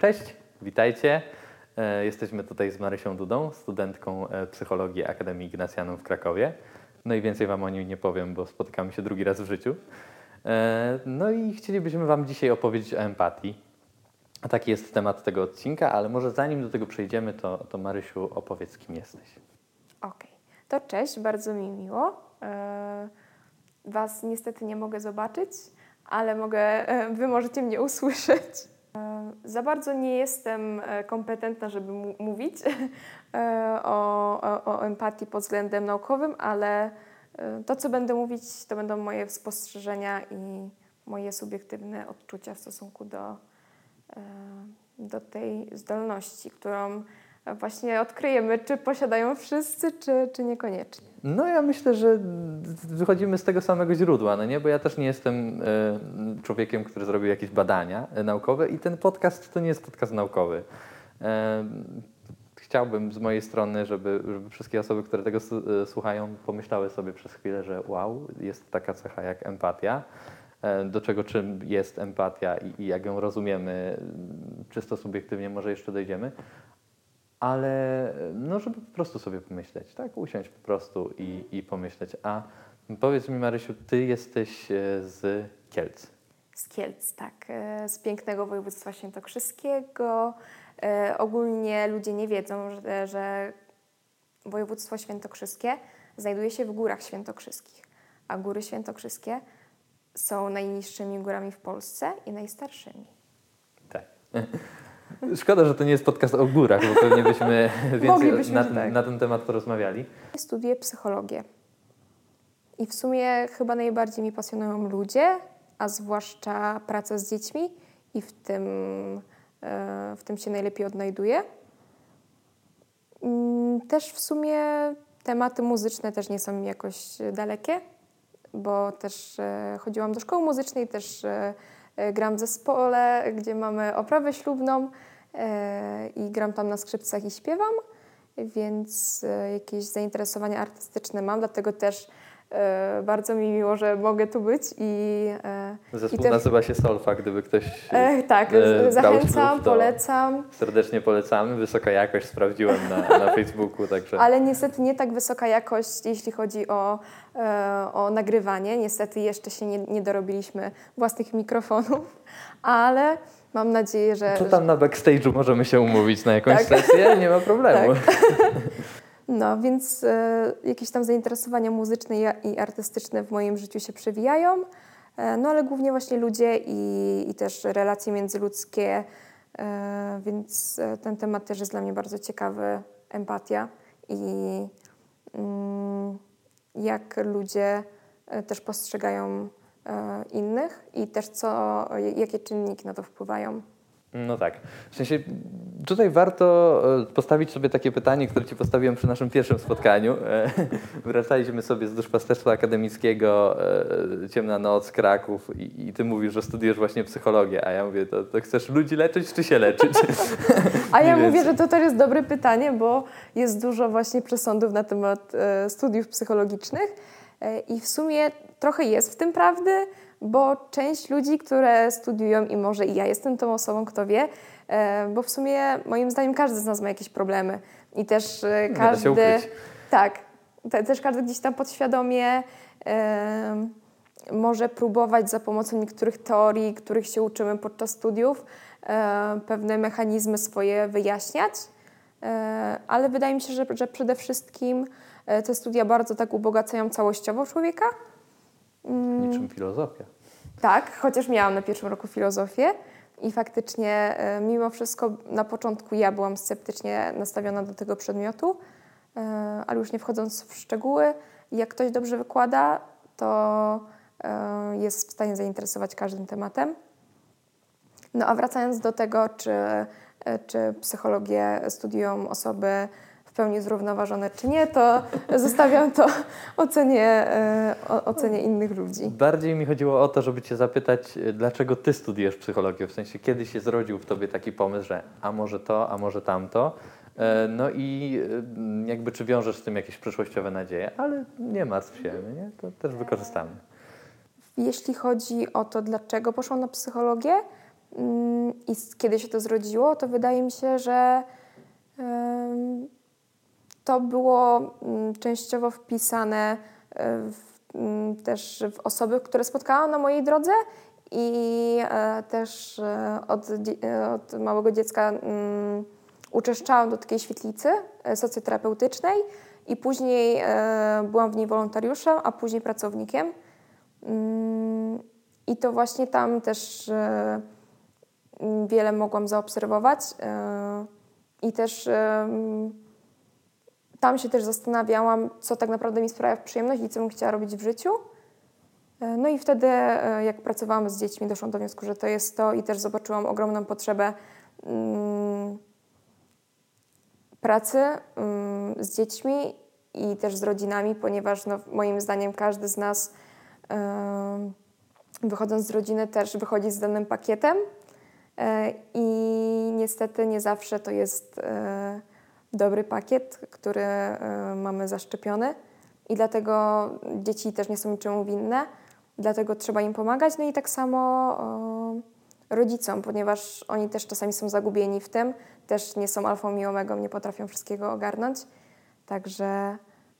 Cześć, witajcie. Jesteśmy tutaj z Marysią Dudą, studentką psychologii Akademii Ignatianum w Krakowie. No i więcej Wam o niej nie powiem, bo spotykamy się drugi raz w życiu. No i chcielibyśmy Wam dzisiaj opowiedzieć o empatii. Taki jest temat tego odcinka, ale może zanim do tego przejdziemy, to Marysiu, opowiedz, kim jesteś. Okej, to cześć, bardzo mi miło. Was niestety nie mogę zobaczyć, ale wy możecie mnie usłyszeć. Za bardzo nie jestem kompetentna, żeby mówić o empatii pod względem naukowym, ale to, co będę mówić, to będą moje spostrzeżenia i moje subiektywne odczucia w stosunku do tej zdolności, którą właśnie odkryjemy, czy posiadają wszyscy, czy niekoniecznie. No ja myślę, że wychodzimy z tego samego źródła, no nie? Bo ja też nie jestem człowiekiem, który zrobił jakieś badania naukowe i ten podcast to nie jest podcast naukowy. Chciałbym z mojej strony, żeby wszystkie osoby, które tego słuchają, pomyślały sobie przez chwilę, że wow, jest taka cecha jak empatia. Czym jest empatia i jak ją rozumiemy, czysto subiektywnie może jeszcze dojdziemy. Ale no, żeby po prostu sobie pomyśleć, tak? Usiąść po prostu i pomyśleć. A powiedz mi, Marysiu, ty jesteś z Kielc. Z Kielc, tak. Z pięknego województwa świętokrzyskiego. Ogólnie ludzie nie wiedzą, że województwo świętokrzyskie znajduje się w Górach Świętokrzyskich, a Góry Świętokrzyskie są najniższymi górami w Polsce i najstarszymi. Tak. Szkoda, że to nie jest podcast o górach, bo pewnie byśmy więcej na ten temat porozmawiali. Studiuję psychologię i w sumie chyba najbardziej mi pasjonują ludzie, a zwłaszcza praca z dziećmi i w tym się najlepiej odnajduję. Też w sumie tematy muzyczne też nie są mi jakoś dalekie, bo też chodziłam do szkoły muzycznej, też gram w zespole, gdzie mamy oprawę ślubną i gram tam na skrzypcach i śpiewam, więc jakieś zainteresowania artystyczne mam, dlatego też bardzo mi miło, że mogę tu być. Zespół nazywa się Solfa, gdyby ktoś tak, zachęcam, polecam. Serdecznie polecamy, wysoka jakość, sprawdziłem na Facebooku. Także. Ale niestety nie tak wysoka jakość, jeśli chodzi o nagrywanie. Niestety jeszcze się nie dorobiliśmy własnych mikrofonów, ale mam nadzieję, że... To tam na backstage'u możemy się umówić na jakąś sesję, nie ma problemu. Tak. No, więc jakieś tam zainteresowania muzyczne i artystyczne w moim życiu się przewijają, no ale głównie właśnie ludzie i też relacje międzyludzkie, więc ten temat też jest dla mnie bardzo ciekawy, empatia i jak ludzie też postrzegają innych i też jakie czynniki na to wpływają. No tak. W sensie tutaj warto postawić sobie takie pytanie, które Ci postawiłem przy naszym pierwszym spotkaniu. Wracaliśmy sobie z duszpasterstwa akademickiego, ciemna noc, Kraków i Ty mówisz, że studiujesz właśnie psychologię, a ja mówię, to chcesz ludzi leczyć, czy się leczyć? A ja mówię, że to też jest dobre pytanie, bo jest dużo właśnie przesądów na temat studiów psychologicznych i w sumie trochę jest w tym prawdy, bo część ludzi, które studiują i może i ja jestem tą osobą, kto wie, bo w sumie moim zdaniem każdy z nas ma jakieś problemy i też każdy... Tak, też każdy gdzieś tam podświadomie może próbować za pomocą niektórych teorii, których się uczymy podczas studiów, pewne mechanizmy swoje wyjaśniać, ale wydaje mi się, że przede wszystkim te studia bardzo tak ubogacają całościowo człowieka. Niczym filozofia. Tak, chociaż miałam na pierwszym roku filozofię i faktycznie mimo wszystko na początku ja byłam sceptycznie nastawiona do tego przedmiotu, ale już nie wchodząc w szczegóły, jak ktoś dobrze wykłada, to jest w stanie zainteresować każdym tematem. No a wracając do tego, czy psychologię studiują osoby w pełni zrównoważone, czy nie, to zostawiam to ocenie innych ludzi. Bardziej mi chodziło o to, żeby Cię zapytać, dlaczego Ty studiujesz psychologię? W sensie, kiedy się zrodził w Tobie taki pomysł, że a może to, a może tamto? No i jakby czy wiążesz z tym jakieś przyszłościowe nadzieje? Ale nie martw się, nie? To też wykorzystamy. Jeśli chodzi o to, dlaczego poszłam na psychologię, Kiedy się to zrodziło, to wydaje mi się, że to było częściowo wpisane też w osoby, które spotkałam na mojej drodze i też od małego dziecka uczęszczałam do takiej świetlicy socjoterapeutycznej i później byłam w niej wolontariuszem, a później pracownikiem. I to właśnie tam też wiele mogłam zaobserwować i też tam się też zastanawiałam, co tak naprawdę mi sprawia przyjemność i co bym chciała robić w życiu. No i wtedy, jak pracowałam z dziećmi, doszłam do wniosku, że to jest to i też zobaczyłam ogromną potrzebę pracy z dziećmi i też z rodzinami, ponieważ no, moim zdaniem każdy z nas wychodząc z rodziny też wychodzi z danym pakietem i niestety nie zawsze to jest dobry pakiet, który mamy zaszczepiony i dlatego dzieci też nie są niczemu winne, dlatego trzeba im pomagać, no i tak samo rodzicom, ponieważ oni też czasami są zagubieni w tym, też nie są alfą i omegą, nie potrafią wszystkiego ogarnąć, także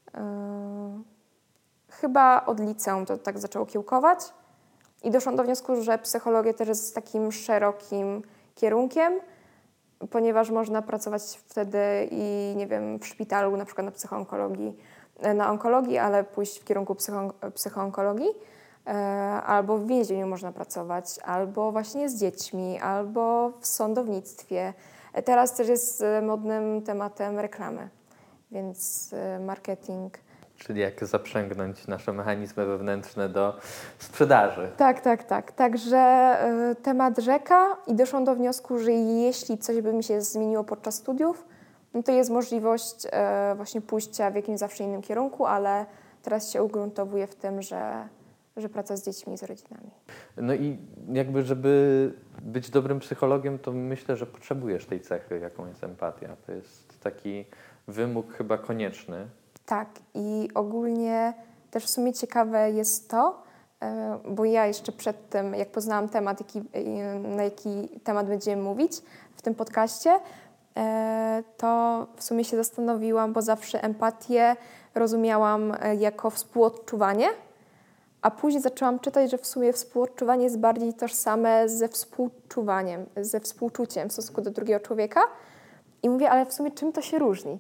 chyba od liceum to tak zaczęło kiełkować i doszłam do wniosku, że psychologia też jest takim szerokim kierunkiem, ponieważ można pracować wtedy i nie wiem, w szpitalu, na przykład na onkologii, ale pójść w kierunku psychoonkologii, albo w więzieniu można pracować, albo właśnie z dziećmi, albo w sądownictwie. Teraz też jest modnym tematem reklamy, więc marketing. Czyli jak zaprzęgnąć nasze mechanizmy wewnętrzne do sprzedaży. Tak. Także temat rzeka i doszłam do wniosku, że jeśli coś by mi się zmieniło podczas studiów, no to jest możliwość właśnie pójścia w jakimś zawsze innym kierunku, ale teraz się ugruntowuję w tym, że praca z dziećmi i z rodzinami. No i jakby, żeby być dobrym psychologiem, to myślę, że potrzebujesz tej cechy, jaką jest empatia. To jest taki wymóg chyba konieczny. Tak i ogólnie też w sumie ciekawe jest to, bo ja jeszcze przed tym, jak poznałam temat, na jaki temat będziemy mówić w tym podcaście, to w sumie się zastanowiłam, bo zawsze empatię rozumiałam jako współodczuwanie, a później zaczęłam czytać, że w sumie współodczuwanie jest bardziej tożsame ze współczuwaniem, ze współczuciem w stosunku do drugiego człowieka. I mówię, ale w sumie czym to się różni?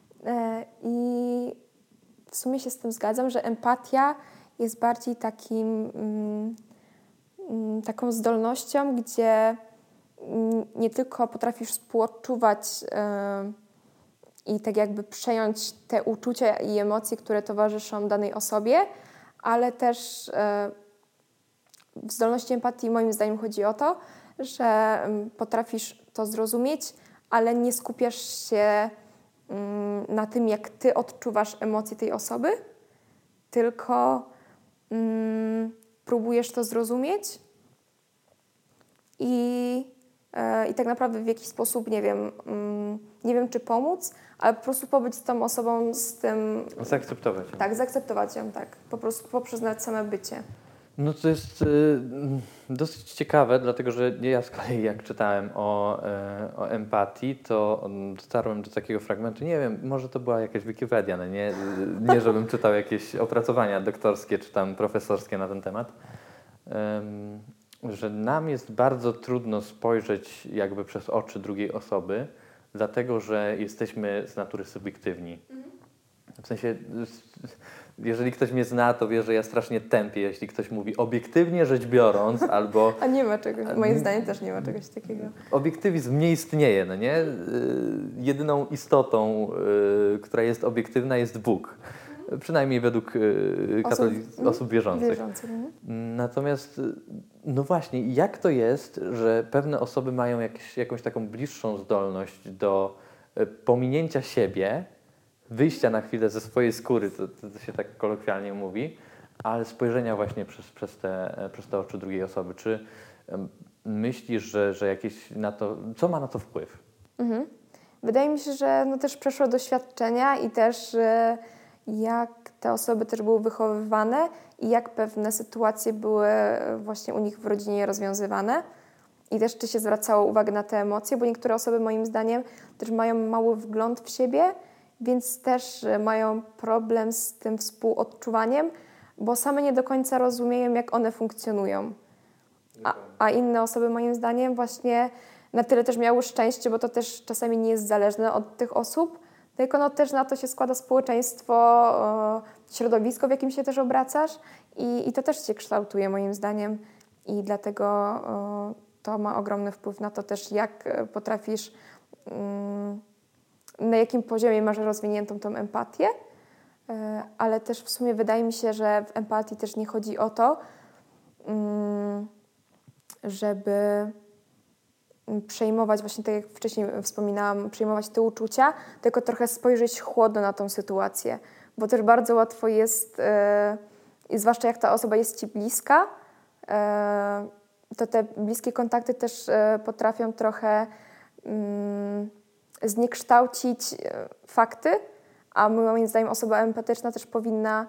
I w sumie się z tym zgadzam, że empatia jest bardziej taką zdolnością, gdzie nie tylko potrafisz współodczuwać i tak jakby przejąć te uczucia i emocje, które towarzyszą danej osobie, ale też w zdolności empatii moim zdaniem chodzi o to, że potrafisz to zrozumieć, ale nie skupiasz się na tym, jak ty odczuwasz emocje tej osoby, tylko próbujesz to zrozumieć i tak naprawdę w jakiś sposób, nie wiem czy pomóc, ale po prostu pobyć z tą osobą, z tym... Zaakceptować ją. Tak, zaakceptować ją, tak. Po prostu poprzez nawet same bycie. No to jest dosyć ciekawe, dlatego że ja z kolei jak czytałem o empatii, to dotarłem do takiego fragmentu, nie wiem, może to była jakaś Wikipedia, no nie żebym czytał jakieś opracowania doktorskie czy tam profesorskie na ten temat, że nam jest bardzo trudno spojrzeć jakby przez oczy drugiej osoby, dlatego że jesteśmy z natury subiektywni. W sensie, jeżeli ktoś mnie zna, to wie, że ja strasznie tępię, jeśli ktoś mówi obiektywnie rzecz biorąc, albo... A nie ma czegoś, moim zdaniem też nie ma czegoś takiego. Obiektywizm nie istnieje, no nie? Jedyną istotą, która jest obiektywna, jest Bóg. Przynajmniej według osób wierzących. Natomiast, no właśnie, jak to jest, że pewne osoby mają jakąś taką bliższą zdolność do pominięcia siebie, wyjścia na chwilę ze swojej skóry, to się tak kolokwialnie mówi, ale spojrzenia właśnie przez te oczy drugiej osoby. Czy myślisz, że jakieś na to, co ma na to wpływ? Wydaje mi się, że no też przeszłe doświadczenia i też jak te osoby też były wychowywane i jak pewne sytuacje były właśnie u nich w rodzinie rozwiązywane. i też czy się zwracało uwagę na te emocje, bo niektóre osoby moim zdaniem też mają mały wgląd w siebie, więc też mają problem z tym współodczuwaniem, bo same nie do końca rozumieją, jak one funkcjonują. A inne osoby moim zdaniem właśnie na tyle też miały szczęście, bo to też czasami nie jest zależne od tych osób, tylko no też na to się składa społeczeństwo, środowisko, w jakim się też obracasz i to też cię kształtuje moim zdaniem i dlatego to ma ogromny wpływ na to też, jak potrafisz, na jakim poziomie masz rozwiniętą tą empatię, ale też w sumie wydaje mi się, że w empatii też nie chodzi o to, żeby przejmować, właśnie tak jak wcześniej wspominałam, przejmować te uczucia, tylko trochę spojrzeć chłodno na tą sytuację, bo też bardzo łatwo jest, i zwłaszcza jak ta osoba jest ci bliska, to te bliskie kontakty też potrafią trochę zniekształcić fakty, a moim zdaniem osoba empatyczna też powinna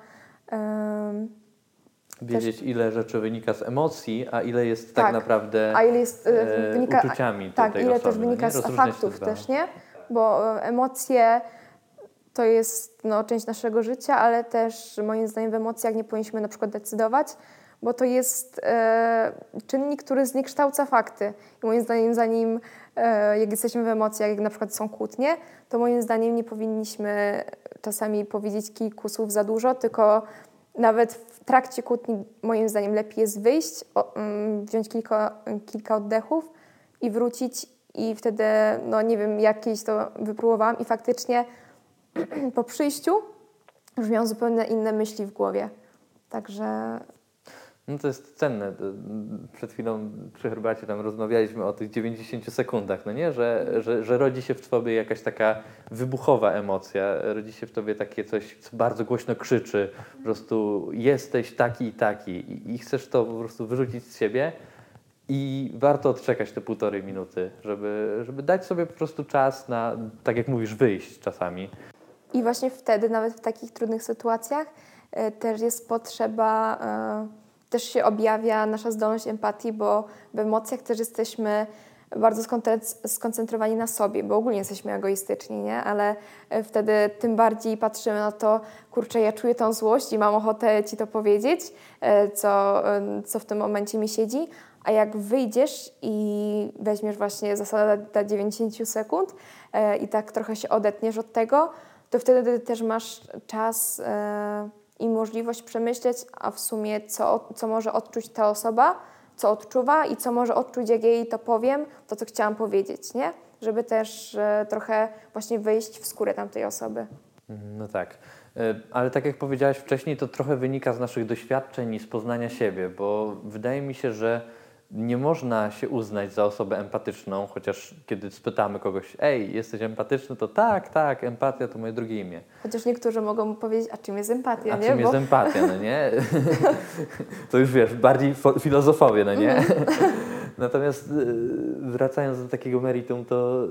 wiedzieć, ile rzeczy wynika z emocji, a ile jest tak naprawdę a ile jest, uczuciami tak, tej ile osoby. też wynika z Rozróżniać te faktów dwa. też, nie? Bo emocje to jest część naszego życia, ale też moim zdaniem w emocjach nie powinniśmy na przykład decydować, bo to jest czynnik, który zniekształca fakty. I moim zdaniem zanim jak jesteśmy w emocjach, jak na przykład są kłótnie, to moim zdaniem nie powinniśmy czasami powiedzieć kilku słów za dużo, tylko nawet w trakcie kłótni moim zdaniem lepiej jest wyjść, wziąć kilka oddechów i wrócić i wtedy, nie wiem, jakieś to wypróbowałam i faktycznie po przyjściu już miałam zupełnie inne myśli w głowie. Także... No to jest cenne. Przed chwilą przy herbacie tam rozmawialiśmy o tych 90 sekundach, no nie? Że rodzi się w tobie jakaś taka wybuchowa emocja, rodzi się w tobie takie coś, co bardzo głośno krzyczy, po prostu jesteś taki i taki i chcesz to po prostu wyrzucić z siebie i warto odczekać te 1,5 minuty, żeby dać sobie po prostu czas na, tak jak mówisz, wyjść czasami. I właśnie wtedy, nawet w takich trudnych sytuacjach, też jest potrzeba, też się objawia nasza zdolność empatii, bo w emocjach też jesteśmy bardzo skoncentrowani na sobie, bo ogólnie jesteśmy egoistyczni, nie? Ale wtedy tym bardziej patrzymy na to, kurczę, ja czuję tą złość i mam ochotę ci to powiedzieć, co w tym momencie mi siedzi, a jak wyjdziesz i weźmiesz właśnie zasadę 90 sekund i tak trochę się odetniesz od tego, to wtedy też masz czas i możliwość przemyśleć, a w sumie co może odczuć ta osoba, co odczuwa i co może odczuć, jak jej to powiem, to co chciałam powiedzieć, nie? Żeby też trochę właśnie wejść w skórę tamtej osoby. No tak, ale tak jak powiedziałaś wcześniej, to trochę wynika z naszych doświadczeń i z poznania siebie, bo wydaje mi się, że nie można się uznać za osobę empatyczną, chociaż kiedy spytamy kogoś, ej, jesteś empatyczny, to tak, empatia to moje drugie imię. Chociaż niektórzy mogą mu powiedzieć, a czym jest empatia, a nie? czym jest empatia, no nie? To już wiesz, bardziej filozofowie, no nie? Natomiast wracając do takiego meritum, to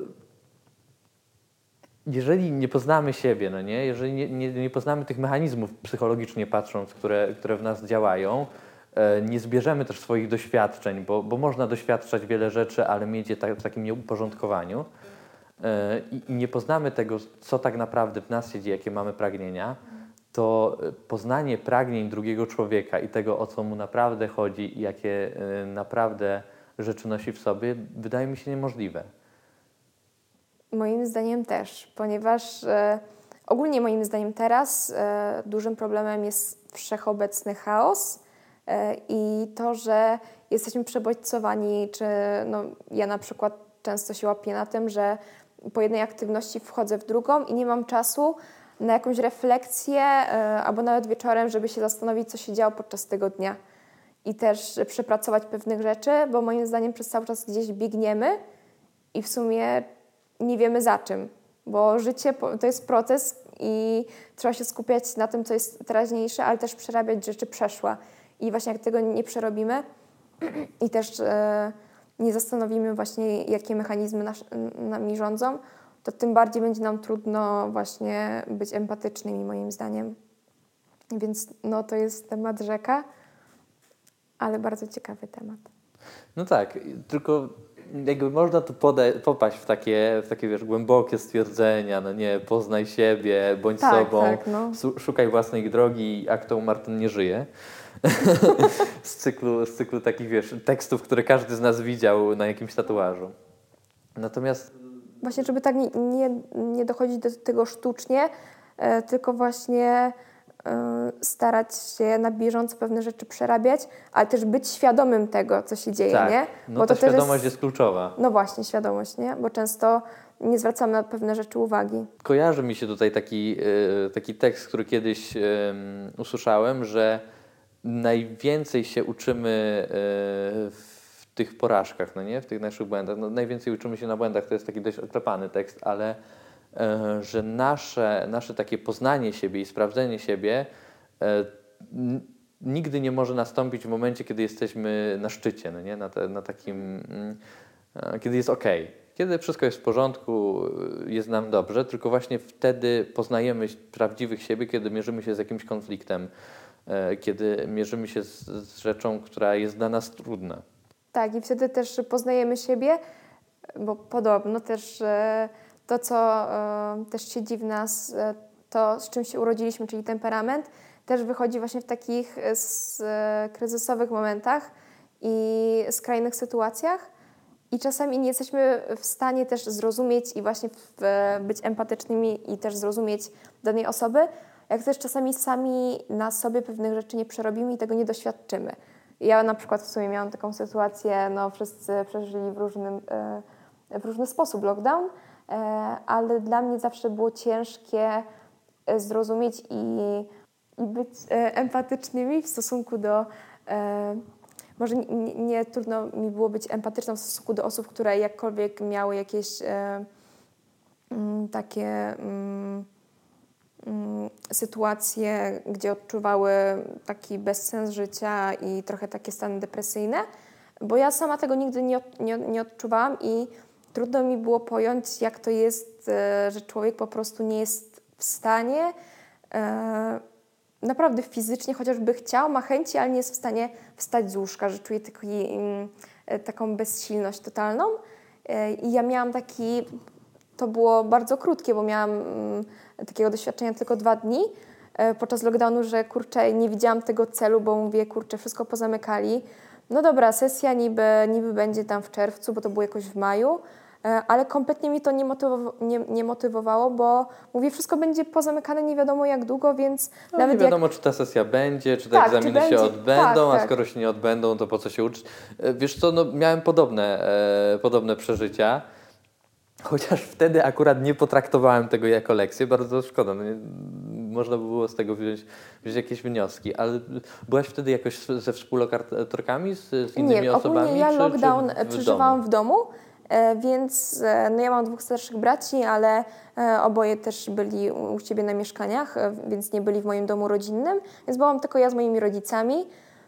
jeżeli nie poznamy siebie, no nie? Jeżeli nie poznamy tych mechanizmów psychologicznie patrząc, które w nas działają, nie zbierzemy też swoich doświadczeń, bo można doświadczać wiele rzeczy, ale mieć je w takim nieuporządkowaniu i nie poznamy tego, co tak naprawdę w nas siedzi, jakie mamy pragnienia, to poznanie pragnień drugiego człowieka i tego, o co mu naprawdę chodzi i jakie naprawdę rzeczy nosi w sobie, wydaje mi się niemożliwe. Moim zdaniem też, ponieważ ogólnie moim zdaniem teraz dużym problemem jest wszechobecny chaos i to, że jesteśmy przebodźcowani, czy ja na przykład często się łapię na tym, że po jednej aktywności wchodzę w drugą i nie mam czasu na jakąś refleksję albo nawet wieczorem, żeby się zastanowić, co się działo podczas tego dnia i też przepracować pewnych rzeczy, bo moim zdaniem przez cały czas gdzieś biegniemy i w sumie nie wiemy za czym, bo życie to jest proces i trzeba się skupiać na tym, co jest teraźniejsze, ale też przerabiać rzeczy przeszłe. I właśnie jak tego nie przerobimy i też nie zastanowimy właśnie, jakie mechanizmy nami rządzą, to tym bardziej będzie nam trudno właśnie być empatycznymi, moim zdaniem. Więc to jest temat rzeka, ale bardzo ciekawy temat. No tak, tylko jakby można tu popaść w takie wiesz, głębokie stwierdzenia, no nie, poznaj siebie, bądź Tak, sobą, tak, no. szukaj własnej drogi, a kto Martin nie żyje. z cyklu takich, wiesz, tekstów, które każdy z nas widział na jakimś tatuażu. Natomiast Właśnie, żeby tak nie dochodzić do tego sztucznie, tylko właśnie starać się na bieżąco pewne rzeczy przerabiać, ale też być świadomym tego, co się dzieje, tak, nie? no Bo ta to też świadomość jest kluczowa. No właśnie, świadomość, nie? Bo często nie zwracamy na pewne rzeczy uwagi. Kojarzy mi się tutaj taki tekst, który kiedyś usłyszałem, że najwięcej się uczymy w tych porażkach, no nie? W tych naszych błędach. No, najwięcej uczymy się na błędach, to jest taki dość oklepany tekst, ale że nasze takie poznanie siebie i sprawdzenie siebie nigdy nie może nastąpić w momencie, kiedy jesteśmy na szczycie, no nie? Na takim, kiedy jest okej. Kiedy wszystko jest w porządku, jest nam dobrze, tylko właśnie wtedy poznajemy prawdziwych siebie, kiedy mierzymy się z jakimś konfliktem, kiedy mierzymy się z rzeczą, która jest dla nas trudna. Tak, i wtedy też poznajemy siebie, bo podobno też to, co też siedzi w nas, to z czym się urodziliśmy, czyli temperament, też wychodzi właśnie w takich kryzysowych momentach i skrajnych sytuacjach. I czasami nie jesteśmy w stanie też zrozumieć i właśnie być empatycznymi i też zrozumieć danej osoby, jak też czasami sami na sobie pewnych rzeczy nie przerobimy i tego nie doświadczymy. Ja na przykład w sumie miałam taką sytuację, no wszyscy przeżyli w różny sposób lockdown, ale dla mnie zawsze było ciężkie zrozumieć i być empatycznymi w stosunku do... Może nie trudno mi było być empatyczną w stosunku do osób, które jakkolwiek miały jakieś takie sytuacje, gdzie odczuwały taki bezsens życia i trochę takie stany depresyjne, bo ja sama tego nigdy nie odczuwałam i trudno mi było pojąć, jak to jest, że człowiek po prostu nie jest w stanie naprawdę fizycznie, chociażby chciał, ma chęci, ale nie jest w stanie wstać z łóżka, że czuje taką bezsilność totalną. I ja miałam to było bardzo krótkie, bo miałam takiego doświadczenia tylko 2 dni podczas lockdownu, że kurczę, nie widziałam tego celu, bo mówię, kurczę, wszystko pozamykali. No dobra, sesja niby będzie tam w czerwcu, bo to było jakoś w maju, ale kompletnie mi to nie motywowało, bo mówię, wszystko będzie pozamykane nie wiadomo jak długo, więc no, nawet nie wiadomo, czy ta sesja będzie, czy te tak, egzaminy czy się będzie, odbędą, tak. A skoro się nie odbędą, to po co się uczyć? Wiesz co, no, miałem podobne przeżycia, chociaż wtedy akurat nie potraktowałem tego jako lekcję, bardzo szkoda, no, można by było z tego wziąć jakieś wnioski, ale byłaś wtedy jakoś ze współlokatorkami, z innymi osobami? Nie, ja lockdown czy przeżywałam w domu, więc no ja mam 2 starszych braci, ale oboje też byli u siebie na mieszkaniach, więc nie byli w moim domu rodzinnym, więc byłam tylko ja z moimi rodzicami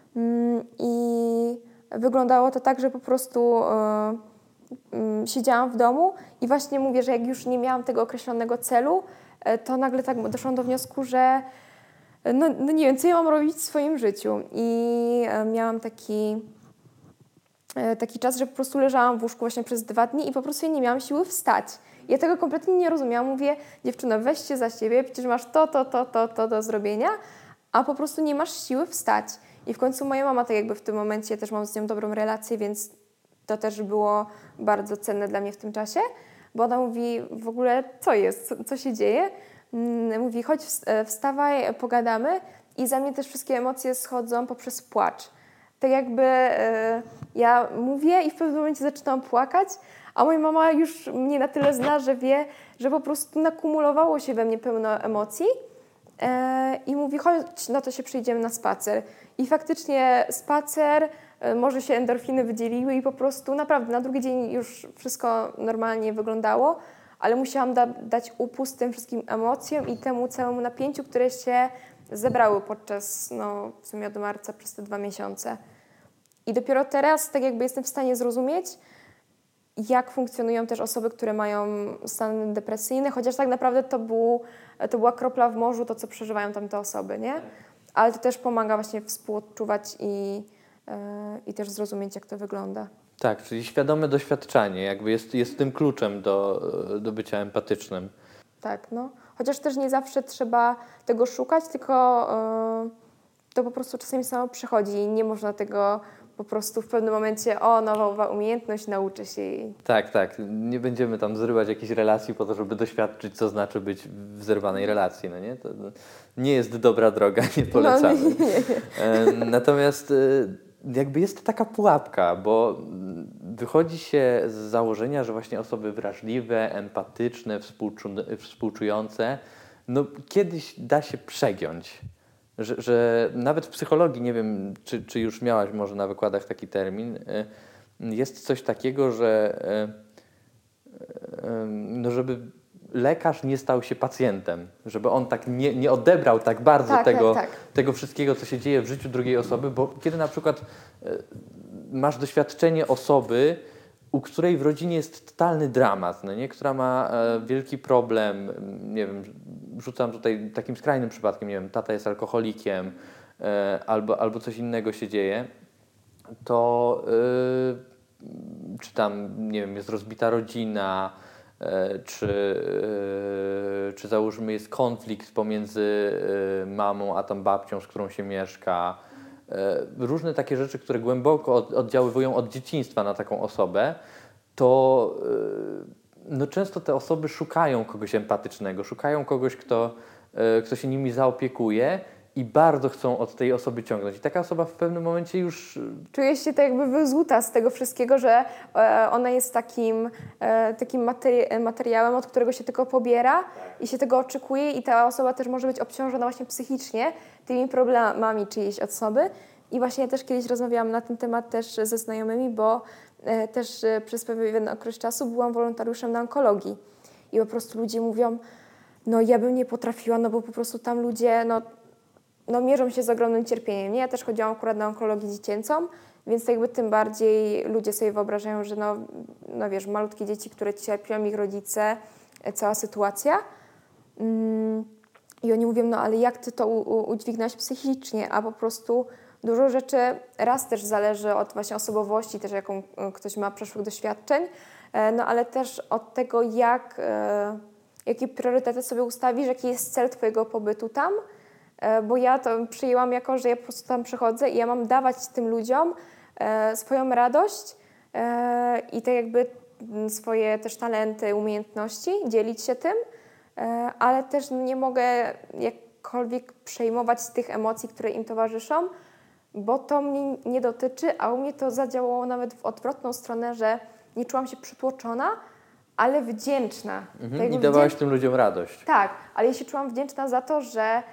i wyglądało to tak, że po prostu siedziałam w domu i właśnie mówię, że jak już nie miałam tego określonego celu, to nagle tak doszłam do wniosku, że no nie wiem, co ja mam robić w swoim życiu. I miałam taki czas, że po prostu leżałam w łóżku właśnie przez 2 dni i po prostu nie miałam siły wstać. Ja tego kompletnie nie rozumiałam. Mówię, dziewczyno, weź się za siebie, przecież masz to do zrobienia, a po prostu nie masz siły wstać. I w końcu moja mama tak jakby w tym momencie, też mam z nią dobrą relację, więc to też było bardzo cenne dla mnie w tym czasie, bo ona mówi w ogóle, co jest, co się dzieje. Mówi, chodź, wstawaj, pogadamy i za mnie też wszystkie emocje schodzą poprzez płacz. Tak jakby ja mówię i w pewnym momencie zaczynam płakać, a moja mama już mnie na tyle zna, że wie, że po prostu nakumulowało się we mnie pełno emocji i mówi, chodź, no to się przyjdziemy na spacer. I faktycznie spacer, może się endorfiny wydzieliły i po prostu naprawdę na drugi dzień już wszystko normalnie wyglądało, ale musiałam dać upust tym wszystkim emocjom i temu całemu napięciu, które się zebrały podczas, no w sumie od marca przez te 2 miesiące. I dopiero teraz tak jakby jestem w stanie zrozumieć, jak funkcjonują też osoby, które mają stany depresyjne, chociaż tak naprawdę to była kropla w morzu, to co przeżywają tamte osoby, nie? Ale to też pomaga właśnie współodczuwać i i też zrozumieć, jak to wygląda. Tak, czyli świadome doświadczanie jakby jest tym kluczem do bycia empatycznym. Tak, no. Chociaż też nie zawsze trzeba tego szukać, tylko to po prostu czasami samo przychodzi i nie można tego po prostu w pewnym momencie, nowa umiejętność, nauczy się jej. Tak, tak. Nie będziemy tam zrywać jakichś relacji po to, żeby doświadczyć, co znaczy być w zerwanej relacji, no nie? To nie jest dobra droga, nie polecamy. No, nie. Natomiast jakby jest taka pułapka, bo wychodzi się z założenia, że właśnie osoby wrażliwe, empatyczne, współczujące, no kiedyś da się przegiąć. Że nawet w psychologii, nie wiem, czy już miałaś może na wykładach taki termin, jest coś takiego, że no żeby lekarz nie stał się pacjentem, żeby on tak nie odebrał tak bardzo tego wszystkiego, co się dzieje w życiu drugiej osoby, bo kiedy na przykład masz doświadczenie osoby, u której w rodzinie jest totalny dramat, no nie? Która ma wielki problem, nie wiem, rzucam tutaj takim skrajnym przypadkiem, nie wiem, tata jest alkoholikiem albo coś innego się dzieje, to czy tam, nie wiem, jest rozbita rodzina, czy załóżmy jest konflikt pomiędzy mamą a tą babcią, z którą się mieszka. Różne takie rzeczy, które głęboko oddziaływują od dzieciństwa na taką osobę, to no często te osoby szukają kogoś empatycznego, szukają kogoś, kto się nimi zaopiekuje i bardzo chcą od tej osoby ciągnąć. I taka osoba w pewnym momencie już... Czuje się tak jakby wyzuta z tego wszystkiego, że ona jest takim materiałem, od którego się tylko pobiera i się tego oczekuje i ta osoba też może być obciążona właśnie psychicznie tymi problemami czyjejś osoby. I właśnie też kiedyś rozmawiałam na ten temat też ze znajomymi, bo też przez pewien okres czasu byłam wolontariuszem na onkologii. I po prostu ludzie mówią, no ja bym nie potrafiła, no bo po prostu tam ludzie, no mierzą się z ogromnym cierpieniem. Nie? Ja też chodziłam akurat na onkologię dziecięcą, więc jakby tym bardziej ludzie sobie wyobrażają, że no wiesz, malutkie dzieci, które cierpią, ich rodzice, cała sytuacja. I oni mówią, no ale jak ty to udźwignąłeś psychicznie, a po prostu dużo rzeczy raz też zależy od właśnie osobowości, też jaką ktoś ma przeszłych doświadczeń, no ale też od tego, jakie priorytety sobie ustawisz, jaki jest cel twojego pobytu tam, bo ja to przyjęłam jako, że ja po prostu tam przychodzę i ja mam dawać tym ludziom swoją radość i te jakby swoje też talenty, umiejętności, dzielić się tym, ale też nie mogę jakkolwiek przejmować tych emocji, które im towarzyszą, bo to mnie nie dotyczy, a u mnie to zadziałało nawet w odwrotną stronę, że nie czułam się przytłoczona, ale wdzięczna. I dawałaś tym ludziom radość. Tak, ale ja się czułam wdzięczna za to, że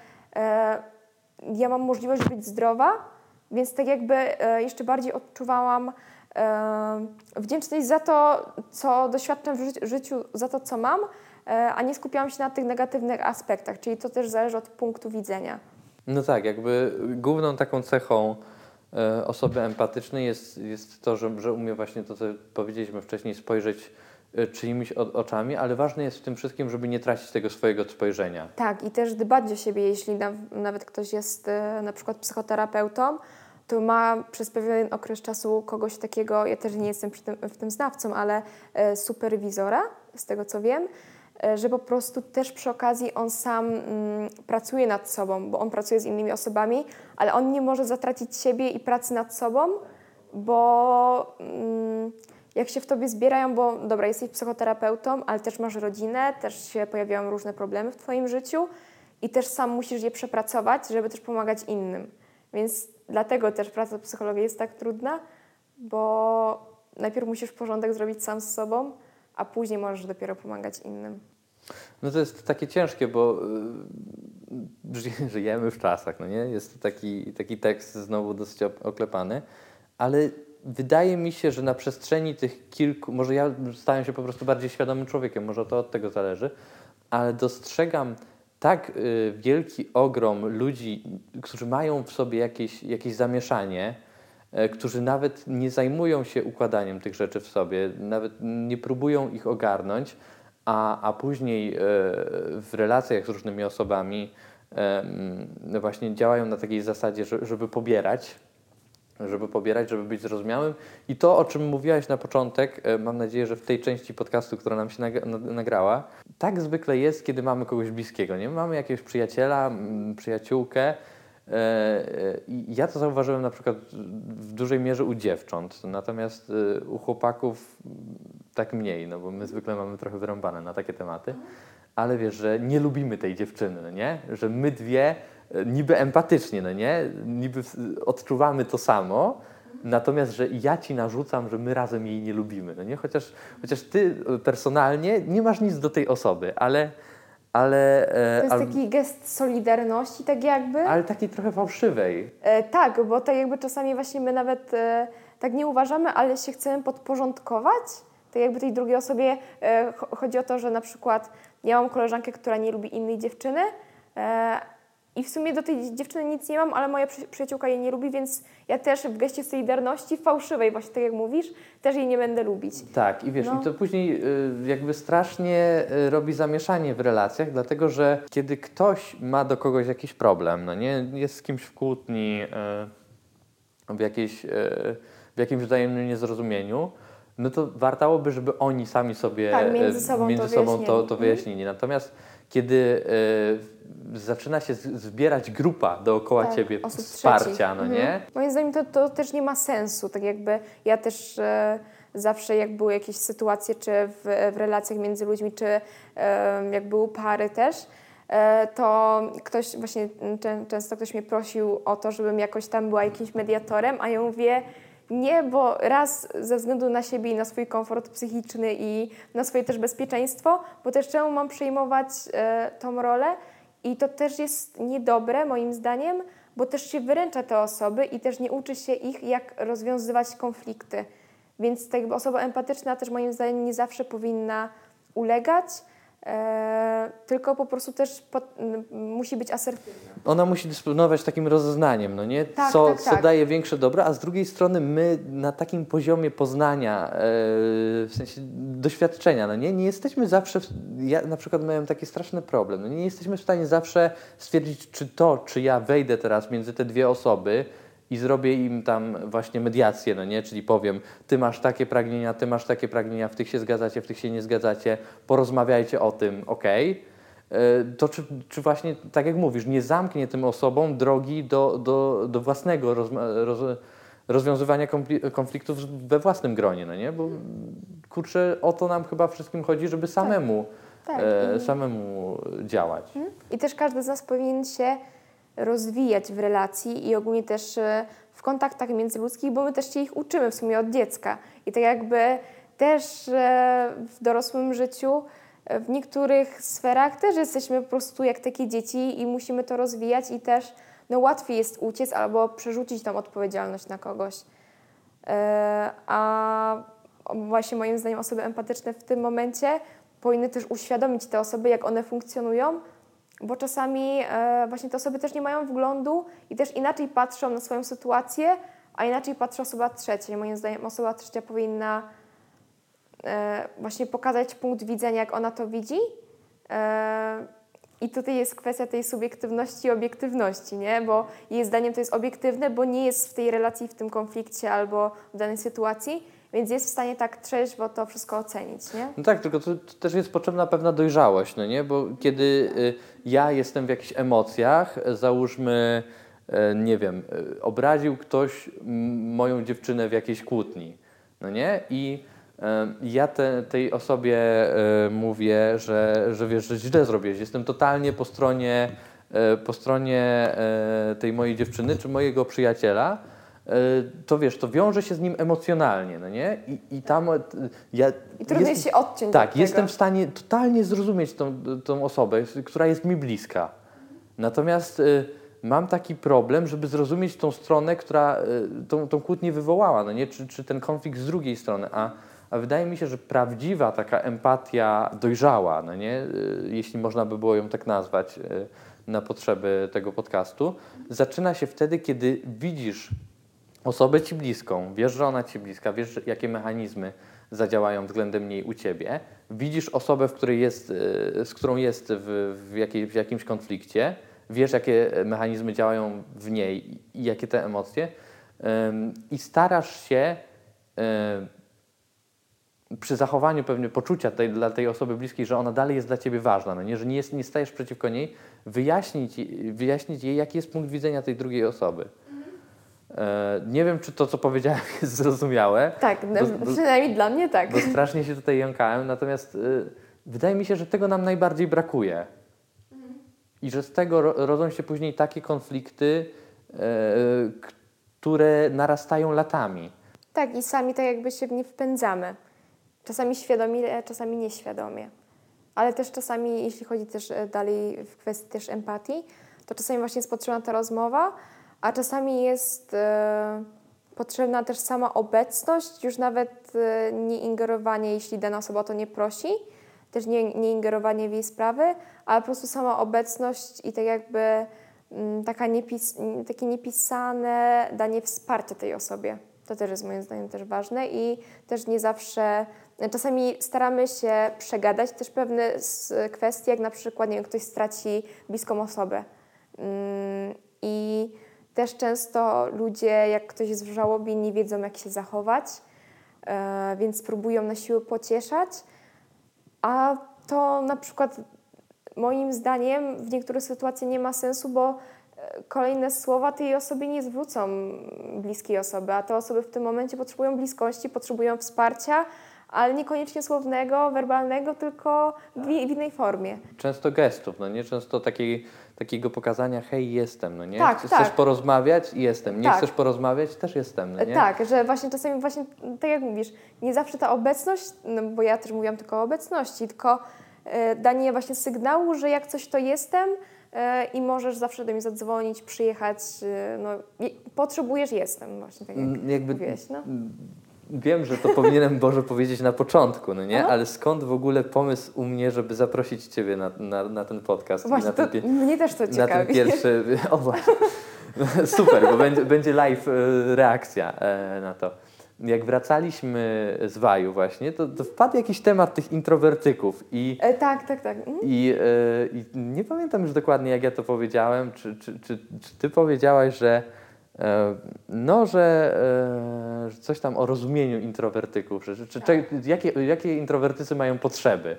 ja mam możliwość być zdrowa, więc tak jakby jeszcze bardziej odczuwałam wdzięczność za to, co doświadczam w życiu, za to, co mam, a nie skupiałam się na tych negatywnych aspektach, czyli to też zależy od punktu widzenia. No tak, jakby główną taką cechą osoby empatycznej jest to, że umie właśnie to, co powiedzieliśmy wcześniej, spojrzeć czyimiś oczami, ale ważne jest w tym wszystkim, żeby nie tracić tego swojego spojrzenia. Tak, i też dbać o siebie, jeśli nawet ktoś jest na przykład psychoterapeutą, to ma przez pewien okres czasu kogoś takiego, ja też nie jestem w tym znawcą, ale superwizora, z tego co wiem, że po prostu też przy okazji on sam pracuje nad sobą, bo on pracuje z innymi osobami, ale on nie może zatracić siebie i pracy nad sobą, bo jak się w tobie zbierają, bo dobra, jesteś psychoterapeutą, ale też masz rodzinę, też się pojawiają różne problemy w twoim życiu i też sam musisz je przepracować, żeby też pomagać innym. Więc dlatego też praca psychologa jest tak trudna, bo najpierw musisz porządek zrobić sam z sobą, a później możesz dopiero pomagać innym. No to jest takie ciężkie, bo żyjemy w czasach, no nie? Jest taki tekst znowu dosyć oklepany, ale wydaje mi się, że na przestrzeni tych kilku, może ja stałem się po prostu bardziej świadomym człowiekiem, może to od tego zależy, ale dostrzegam tak wielki ogrom ludzi, którzy mają w sobie jakieś zamieszanie, którzy nawet nie zajmują się układaniem tych rzeczy w sobie, nawet nie próbują ich ogarnąć, a później w relacjach z różnymi osobami no właśnie działają na takiej zasadzie, żeby pobierać, żeby pobierać, żeby być zrozumiałym. I to, o czym mówiłaś na początek, mam nadzieję, że w tej części podcastu, która nam się nagrała, tak zwykle jest, kiedy mamy kogoś bliskiego, nie? Mamy jakiegoś przyjaciela, przyjaciółkę. I ja to zauważyłem na przykład w dużej mierze u dziewcząt, natomiast u chłopaków tak mniej, no bo my zwykle mamy trochę wyrąbane na takie tematy, ale wiesz, że nie lubimy tej dziewczyny, no nie? Że my dwie niby empatycznie, no nie? Niby odczuwamy to samo, natomiast, że ja ci narzucam, że my razem jej nie lubimy, no nie? Chociaż ty personalnie nie masz nic do tej osoby, ale To jest taki gest solidarności, tak jakby. ale takiej trochę fałszywej. Tak, bo tak jakby czasami właśnie my nawet tak nie uważamy, ale się chcemy podporządkować. Tak jakby tej drugiej osobie chodzi o to, że na przykład ja mam koleżankę, która nie lubi innej dziewczyny i w sumie do tej dziewczyny nic nie mam, ale moja przyjaciółka jej nie lubi, więc ja też w geście solidarności fałszywej, właśnie tak jak mówisz, też jej nie będę lubić. Tak, i wiesz, i to później jakby strasznie robi zamieszanie w relacjach, dlatego że kiedy ktoś ma do kogoś jakiś problem, no nie, jest z kimś w kłótni, w jakimś wzajemnym niezrozumieniu, no to wartałoby, żeby oni sami sobie między sobą to wyjaśnili. Natomiast kiedy zaczyna się zbierać grupa dookoła ciebie wsparcia, no nie? Moim zdaniem to też nie ma sensu. Tak jakby ja też zawsze jak były jakieś sytuacje, czy w relacjach między ludźmi, czy jak były pary też, to ktoś właśnie, często ktoś mnie prosił o to, żebym jakoś tam była jakimś mediatorem, a ja mówię, nie, bo raz ze względu na siebie i na swój komfort psychiczny i na swoje też bezpieczeństwo, bo też czemu mam przejmować tą rolę i to też jest niedobre moim zdaniem, bo też się wyręcza te osoby i też nie uczy się ich, jak rozwiązywać konflikty. Więc tak jakby osoba empatyczna też moim zdaniem nie zawsze powinna ulegać, tylko po prostu też musi być asertywna. Ona musi dysponować takim rozeznaniem, no nie? Tak, co tak. daje większe dobro, a z drugiej strony my na takim poziomie poznania, w sensie doświadczenia, no nie jesteśmy zawsze, ja na przykład miałem taki straszny problem, no nie jesteśmy w stanie zawsze stwierdzić, czy ja wejdę teraz między te dwie osoby i zrobię im tam właśnie mediację, no nie? Czyli powiem, ty masz takie pragnienia, w tych się zgadzacie, w tych się nie zgadzacie, porozmawiajcie o tym, okej. To czy właśnie, tak jak mówisz, nie zamknie tym osobom drogi do własnego rozwiązywania konfliktów we własnym gronie, no nie? Bo kurczę, o to nam chyba wszystkim chodzi, żeby samemu działać. I też każdy z nas powinien się rozwijać w relacji i ogólnie też w kontaktach międzyludzkich, bo my też się ich uczymy w sumie od dziecka. I tak jakby też w dorosłym życiu w niektórych sferach też jesteśmy po prostu jak takie dzieci i musimy to rozwijać i też łatwiej jest uciec albo przerzucić tą odpowiedzialność na kogoś. A właśnie moim zdaniem osoby empatyczne w tym momencie powinny też uświadomić te osoby, jak one funkcjonują, bo czasami właśnie te osoby też nie mają wglądu i też inaczej patrzą na swoją sytuację, a inaczej patrzy osoba trzecia. I moim zdaniem osoba trzecia powinna właśnie pokazać punkt widzenia, jak ona to widzi. I tutaj jest kwestia tej subiektywności i obiektywności, nie? Bo jej zdaniem to jest obiektywne, bo nie jest w tej relacji, w tym konflikcie albo w danej sytuacji, więc jest w stanie tak trzeźwo to wszystko ocenić, nie? No tak, tylko to też jest potrzebna pewna dojrzałość, no nie? Bo kiedy ja jestem w jakichś emocjach, załóżmy, nie wiem, obraził ktoś moją dziewczynę w jakiejś kłótni, no nie? I ja tej osobie mówię, że wiesz, że źle zrobiłeś. Jestem totalnie po stronie tej mojej dziewczyny czy mojego przyjaciela, to wiesz, to wiąże się z nim emocjonalnie, no nie? I tam I trudno jest się odciąć tak, od tego. jestem w stanie totalnie zrozumieć tą osobę, która jest mi bliska. Natomiast mam taki problem, żeby zrozumieć tą stronę, która tą kłótnię wywołała, no nie? Czy ten konflikt z drugiej strony. A wydaje mi się, że prawdziwa taka empatia dojrzała, no nie? Jeśli można by było ją tak nazwać na potrzeby tego podcastu, zaczyna się wtedy, kiedy widzisz osobę ci bliską, wiesz, że ona ci bliska, wiesz, jakie mechanizmy zadziałają względem niej u ciebie, widzisz osobę, z którą jest w jakimś konflikcie, wiesz, jakie mechanizmy działają w niej i jakie te emocje, i starasz się przy zachowaniu pewnie poczucia dla tej osoby bliskiej, że ona dalej jest dla ciebie ważna, no nie? Że nie stajesz przeciwko niej, wyjaśnić jej, jaki jest punkt widzenia tej drugiej osoby. Nie wiem, czy to, co powiedziałem, jest zrozumiałe. Tak, przynajmniej dla mnie tak. Bo strasznie się tutaj jąkałem, natomiast wydaje mi się, że tego nam najbardziej brakuje. I że z tego rodzą się później takie konflikty, które narastają latami. Tak, i sami tak jakby się w nie wpędzamy. Czasami świadomie, czasami nieświadomie. Ale też czasami, jeśli chodzi też dalej w kwestii też empatii, to czasami właśnie jest potrzebna ta rozmowa, a czasami jest potrzebna też sama obecność, już nawet nie ingerowanie, jeśli dana osoba o to nie prosi, też nie ingerowanie w jej sprawy, ale po prostu sama obecność i tak jakby takie niepisane danie wsparcia tej osobie. To też jest moim zdaniem też ważne i też nie zawsze, czasami staramy się przegadać też pewne kwestie, jak na przykład, nie wiem, ktoś straci bliską osobę. I też często ludzie, jak ktoś jest w żałobie, nie wiedzą, jak się zachować, więc próbują na siłę pocieszać, a to na przykład moim zdaniem w niektórych sytuacjach nie ma sensu, bo kolejne słowa tej osobie nie zwrócą bliskiej osoby, a te osoby w tym momencie potrzebują bliskości, potrzebują wsparcia, ale niekoniecznie słownego, werbalnego, tylko w innej formie. Często gestów, no nie? Często takiego pokazania, hej, jestem, no nie? Tak, chcesz porozmawiać? Jestem. Nie tak. chcesz porozmawiać? Też jestem, no nie? Tak, że właśnie czasami właśnie, tak jak mówisz, nie zawsze ta obecność, no bo ja też mówiłam tylko o obecności, tylko danie właśnie sygnału, że jak coś to jestem i możesz zawsze do mnie zadzwonić, przyjechać, no potrzebujesz, jestem właśnie, tak jak mówiłeś, no. Wiem, że to powinienem Boże powiedzieć na początku, no nie? Ale skąd w ogóle pomysł u mnie, żeby zaprosić Ciebie na ten podcast? Właśnie, mnie też to ciekawi. Na ten pierwszy... O właśnie. Super, bo będzie live reakcja na to. Jak wracaliśmy z Waju właśnie, to wpadł jakiś temat tych introwertyków. Tak. I nie pamiętam już dokładnie, jak ja to powiedziałem. Czy Ty powiedziałaś, że że coś tam o rozumieniu introwertyków, jakie introwertycy mają potrzeby.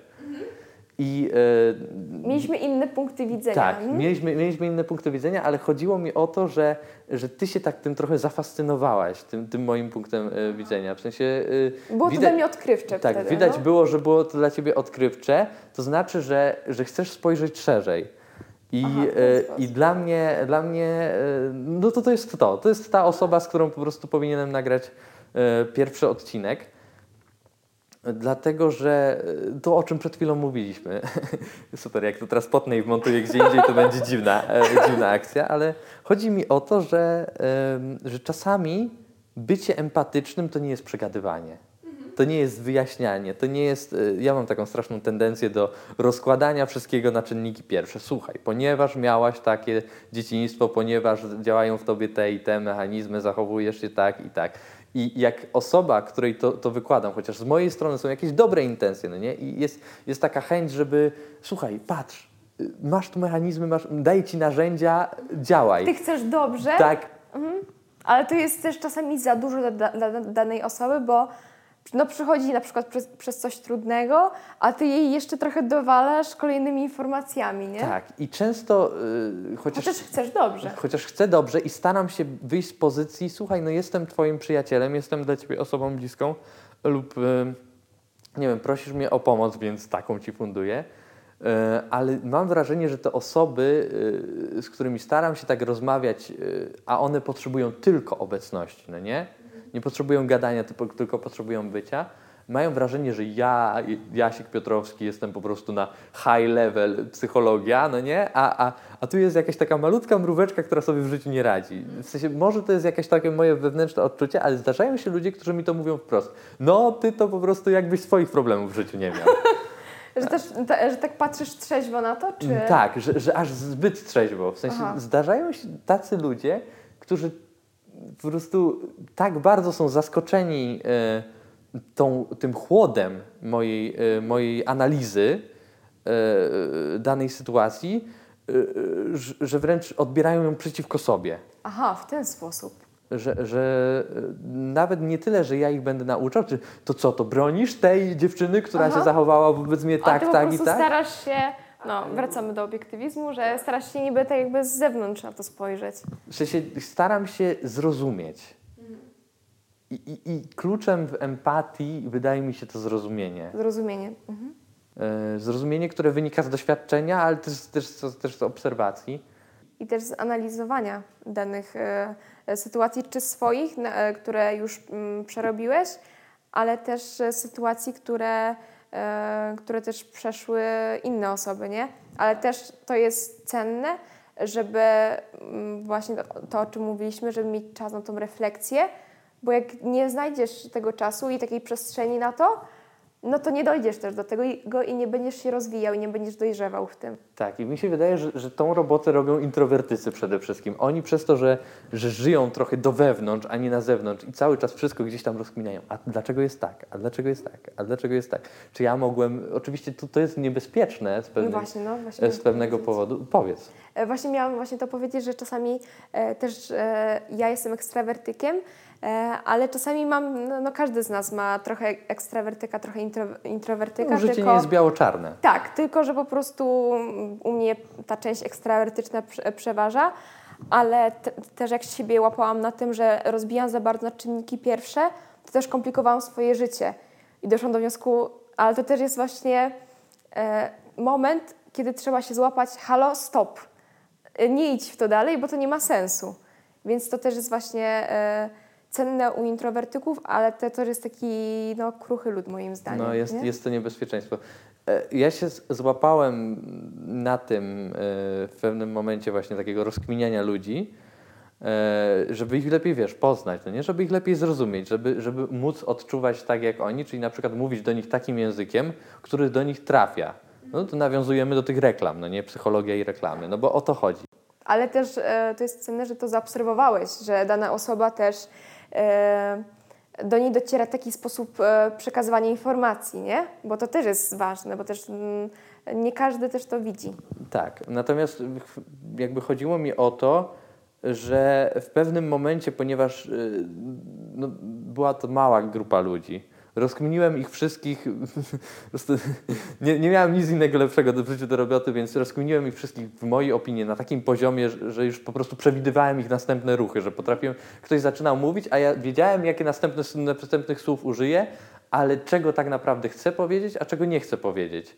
Mieliśmy inne punkty widzenia. Tak, mieliśmy inne punkty widzenia, ale chodziło mi o to, że Ty się tak tym trochę zafascynowałaś, tym moim punktem widzenia. W sensie... Było to dla mnie odkrywcze tak, wtedy. Widać było, że było to dla Ciebie odkrywcze, to znaczy, że chcesz spojrzeć szerzej. I dla mnie no to jest to. To jest ta osoba, z którą po prostu powinienem nagrać pierwszy odcinek. Dlatego, że to, o czym przed chwilą mówiliśmy, super, jak to teraz potnę i wmontuję gdzie indziej, to będzie dziwna akcja, ale chodzi mi o to, że czasami bycie empatycznym to nie jest przegadywanie. To nie jest wyjaśnianie, to nie jest... Ja mam taką straszną tendencję do rozkładania wszystkiego na czynniki pierwsze. Słuchaj, ponieważ miałaś takie dzieciństwo, ponieważ działają w tobie te i te mechanizmy, zachowujesz się tak i tak. I jak osoba, której to wykładam, chociaż z mojej strony są jakieś dobre intencje, no nie? I jest taka chęć, żeby... Słuchaj, patrz, masz tu mechanizmy, daję ci narzędzia, działaj. Ty chcesz dobrze, tak. Ale to jest też czasami za dużo dla danej osoby, bo przychodzi na przykład przez coś trudnego, a ty jej jeszcze trochę dowalasz kolejnymi informacjami, nie? Tak, i często... Chociaż chcesz dobrze. Chociaż chcę dobrze i staram się wyjść z pozycji, słuchaj, no jestem twoim przyjacielem, jestem dla ciebie osobą bliską lub, nie wiem, prosisz mnie o pomoc, więc taką ci funduję. Ale mam wrażenie, że te osoby, z którymi staram się tak rozmawiać, a one potrzebują tylko obecności, no nie? Nie potrzebują gadania, tylko potrzebują bycia. Mają wrażenie, że ja, Jasiek Piotrowski, jestem po prostu na high level psychologia, no nie? A tu jest jakaś taka malutka mróweczka, która sobie w życiu nie radzi. W sensie, może to jest jakieś takie moje wewnętrzne odczucie, ale zdarzają się ludzie, którzy mi to mówią wprost. No, ty to po prostu jakbyś swoich problemów w życiu nie miał. Że tak patrzysz trzeźwo na to, czy... Tak, że aż zbyt trzeźwo. W sensie zdarzają się tacy ludzie, którzy po prostu tak bardzo są zaskoczeni tym chłodem mojej analizy danej sytuacji, że wręcz odbierają ją przeciwko sobie. Aha, w ten sposób. że nawet nie tyle, że ja ich będę nauczał, czy to co, to bronisz tej dziewczyny, która się zachowała wobec mnie tak, ty tak po i prostu tak? starasz się, wracamy do obiektywizmu, że starasz się niby tak jakby z zewnątrz na to spojrzeć. W sensie staram się zrozumieć. I kluczem w empatii wydaje mi się to zrozumienie. Zrozumienie. Mhm. Zrozumienie, które wynika z doświadczenia, ale też z obserwacji. I też z analizowania danych sytuacji, czy swoich, które już przerobiłeś, ale też sytuacji, które też przeszły inne osoby, nie? Ale też to jest cenne, żeby właśnie to, o czym mówiliśmy, żeby mieć czas na tą refleksję, bo jak nie znajdziesz tego czasu i takiej przestrzeni na to, no to nie dojdziesz też do tego i nie będziesz się rozwijał i nie będziesz dojrzewał w tym. Tak, i mi się wydaje, że tą robotę robią introwertycy przede wszystkim. Oni przez to, że żyją trochę do wewnątrz, a nie na zewnątrz i cały czas wszystko gdzieś tam rozkminiają. A dlaczego jest tak? A dlaczego jest tak? A dlaczego jest tak? Czy ja mogłem... Oczywiście to jest niebezpieczne z pewnego powodu. Powiedz. Właśnie miałam to powiedzieć, że czasami też ja jestem ekstrawertykiem, ale czasami mam, każdy z nas ma trochę ekstrawertyka, trochę introwertyka. Życie nie jest biało-czarne. Tak, tylko że po prostu u mnie ta część ekstrawertyczna przeważa, ale też jak siebie łapałam na tym, że rozbijam za bardzo na czynniki pierwsze, to też komplikowałam swoje życie i doszłam do wniosku, ale to też jest właśnie moment, kiedy trzeba się złapać, halo, stop, nie idź w to dalej, bo to nie ma sensu. Więc to też jest właśnie cenne u introwertyków, ale to też jest taki kruchy lud moim zdaniem. Jest to niebezpieczeństwo. Ja się złapałem na tym w pewnym momencie właśnie takiego rozkminiania ludzi, żeby ich lepiej, poznać, no nie? Żeby ich lepiej zrozumieć, żeby móc odczuwać tak jak oni, czyli na przykład mówić do nich takim językiem, który do nich trafia. No to nawiązujemy do tych reklam, no nie? Psychologia i reklamy, no bo o to chodzi. Ale też to jest cenne, że to zaobserwowałeś, że dana osoba też do niej dociera taki sposób przekazywania informacji, nie? Bo to też jest ważne, bo też nie każdy też to widzi. Tak, natomiast jakby chodziło mi o to, że w pewnym momencie, ponieważ była to mała grupa ludzi, rozkminiłem ich wszystkich, po prostu nie miałem nic innego lepszego w życiu do roboty, więc rozkminiłem ich wszystkich w mojej opinii na takim poziomie, że już po prostu przewidywałem ich następne ruchy, że potrafiłem, ktoś zaczynał mówić, a ja wiedziałem, jakie następnych słów użyję, ale czego tak naprawdę chcę powiedzieć, a czego nie chcę powiedzieć.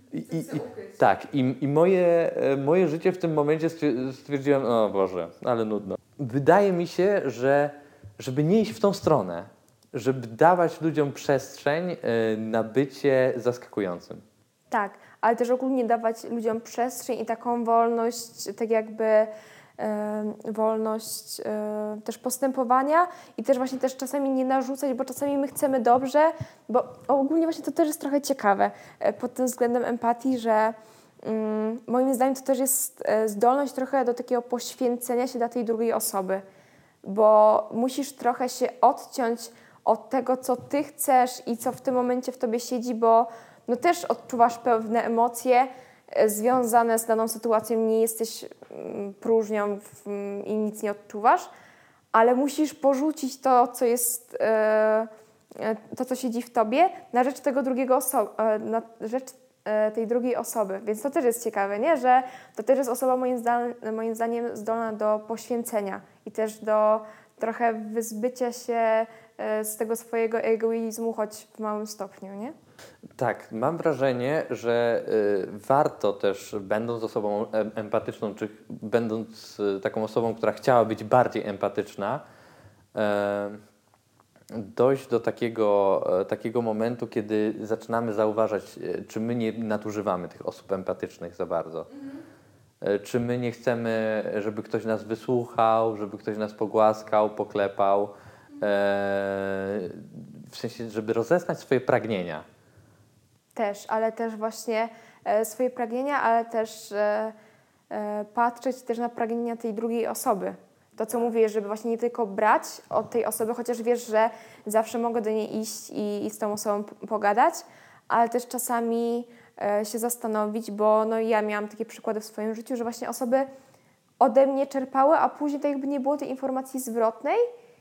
I moje życie w tym momencie stwierdziłem, o Boże, ale nudno. Wydaje mi się, że żeby nie iść w tą stronę, żeby dawać ludziom przestrzeń na bycie zaskakującym. Tak, ale też ogólnie dawać ludziom przestrzeń i taką wolność, tak jakby wolność też postępowania i też właśnie też czasami nie narzucać, bo czasami my chcemy dobrze, bo ogólnie właśnie to też jest trochę ciekawe pod tym względem empatii, że moim zdaniem to też jest zdolność trochę do takiego poświęcenia się dla tej drugiej osoby, bo musisz trochę się odciąć od tego, co ty chcesz i co w tym momencie w tobie siedzi, bo też odczuwasz pewne emocje związane z daną sytuacją, nie jesteś próżnią i nic nie odczuwasz, ale musisz porzucić to, co jest, to, co siedzi w tobie, na rzecz tego na rzecz tej drugiej osoby. Więc to też jest ciekawe, nie? Że to też jest osoba moim zdaniem zdolna do poświęcenia i też do trochę wyzbycia się z tego swojego egoizmu, choć w małym stopniu, nie? Tak, mam wrażenie, że warto też, będąc osobą empatyczną, czy będąc taką osobą, która chciała być bardziej empatyczna, dojść do takiego momentu, kiedy zaczynamy zauważać, czy my nie nadużywamy tych osób empatycznych za bardzo. Czy my nie chcemy, żeby ktoś nas wysłuchał, żeby ktoś nas pogłaskał, poklepał, w sensie, żeby rozeznać swoje pragnienia. Też, ale też właśnie swoje pragnienia, ale też patrzeć też na pragnienia tej drugiej osoby. To, co mówię, żeby właśnie nie tylko brać od tej osoby, chociaż wiesz, że zawsze mogę do niej iść i z tą osobą pogadać, ale też czasami się zastanowić, bo ja miałam takie przykłady w swoim życiu, że właśnie osoby ode mnie czerpały, a później to jakby nie było tej informacji zwrotnej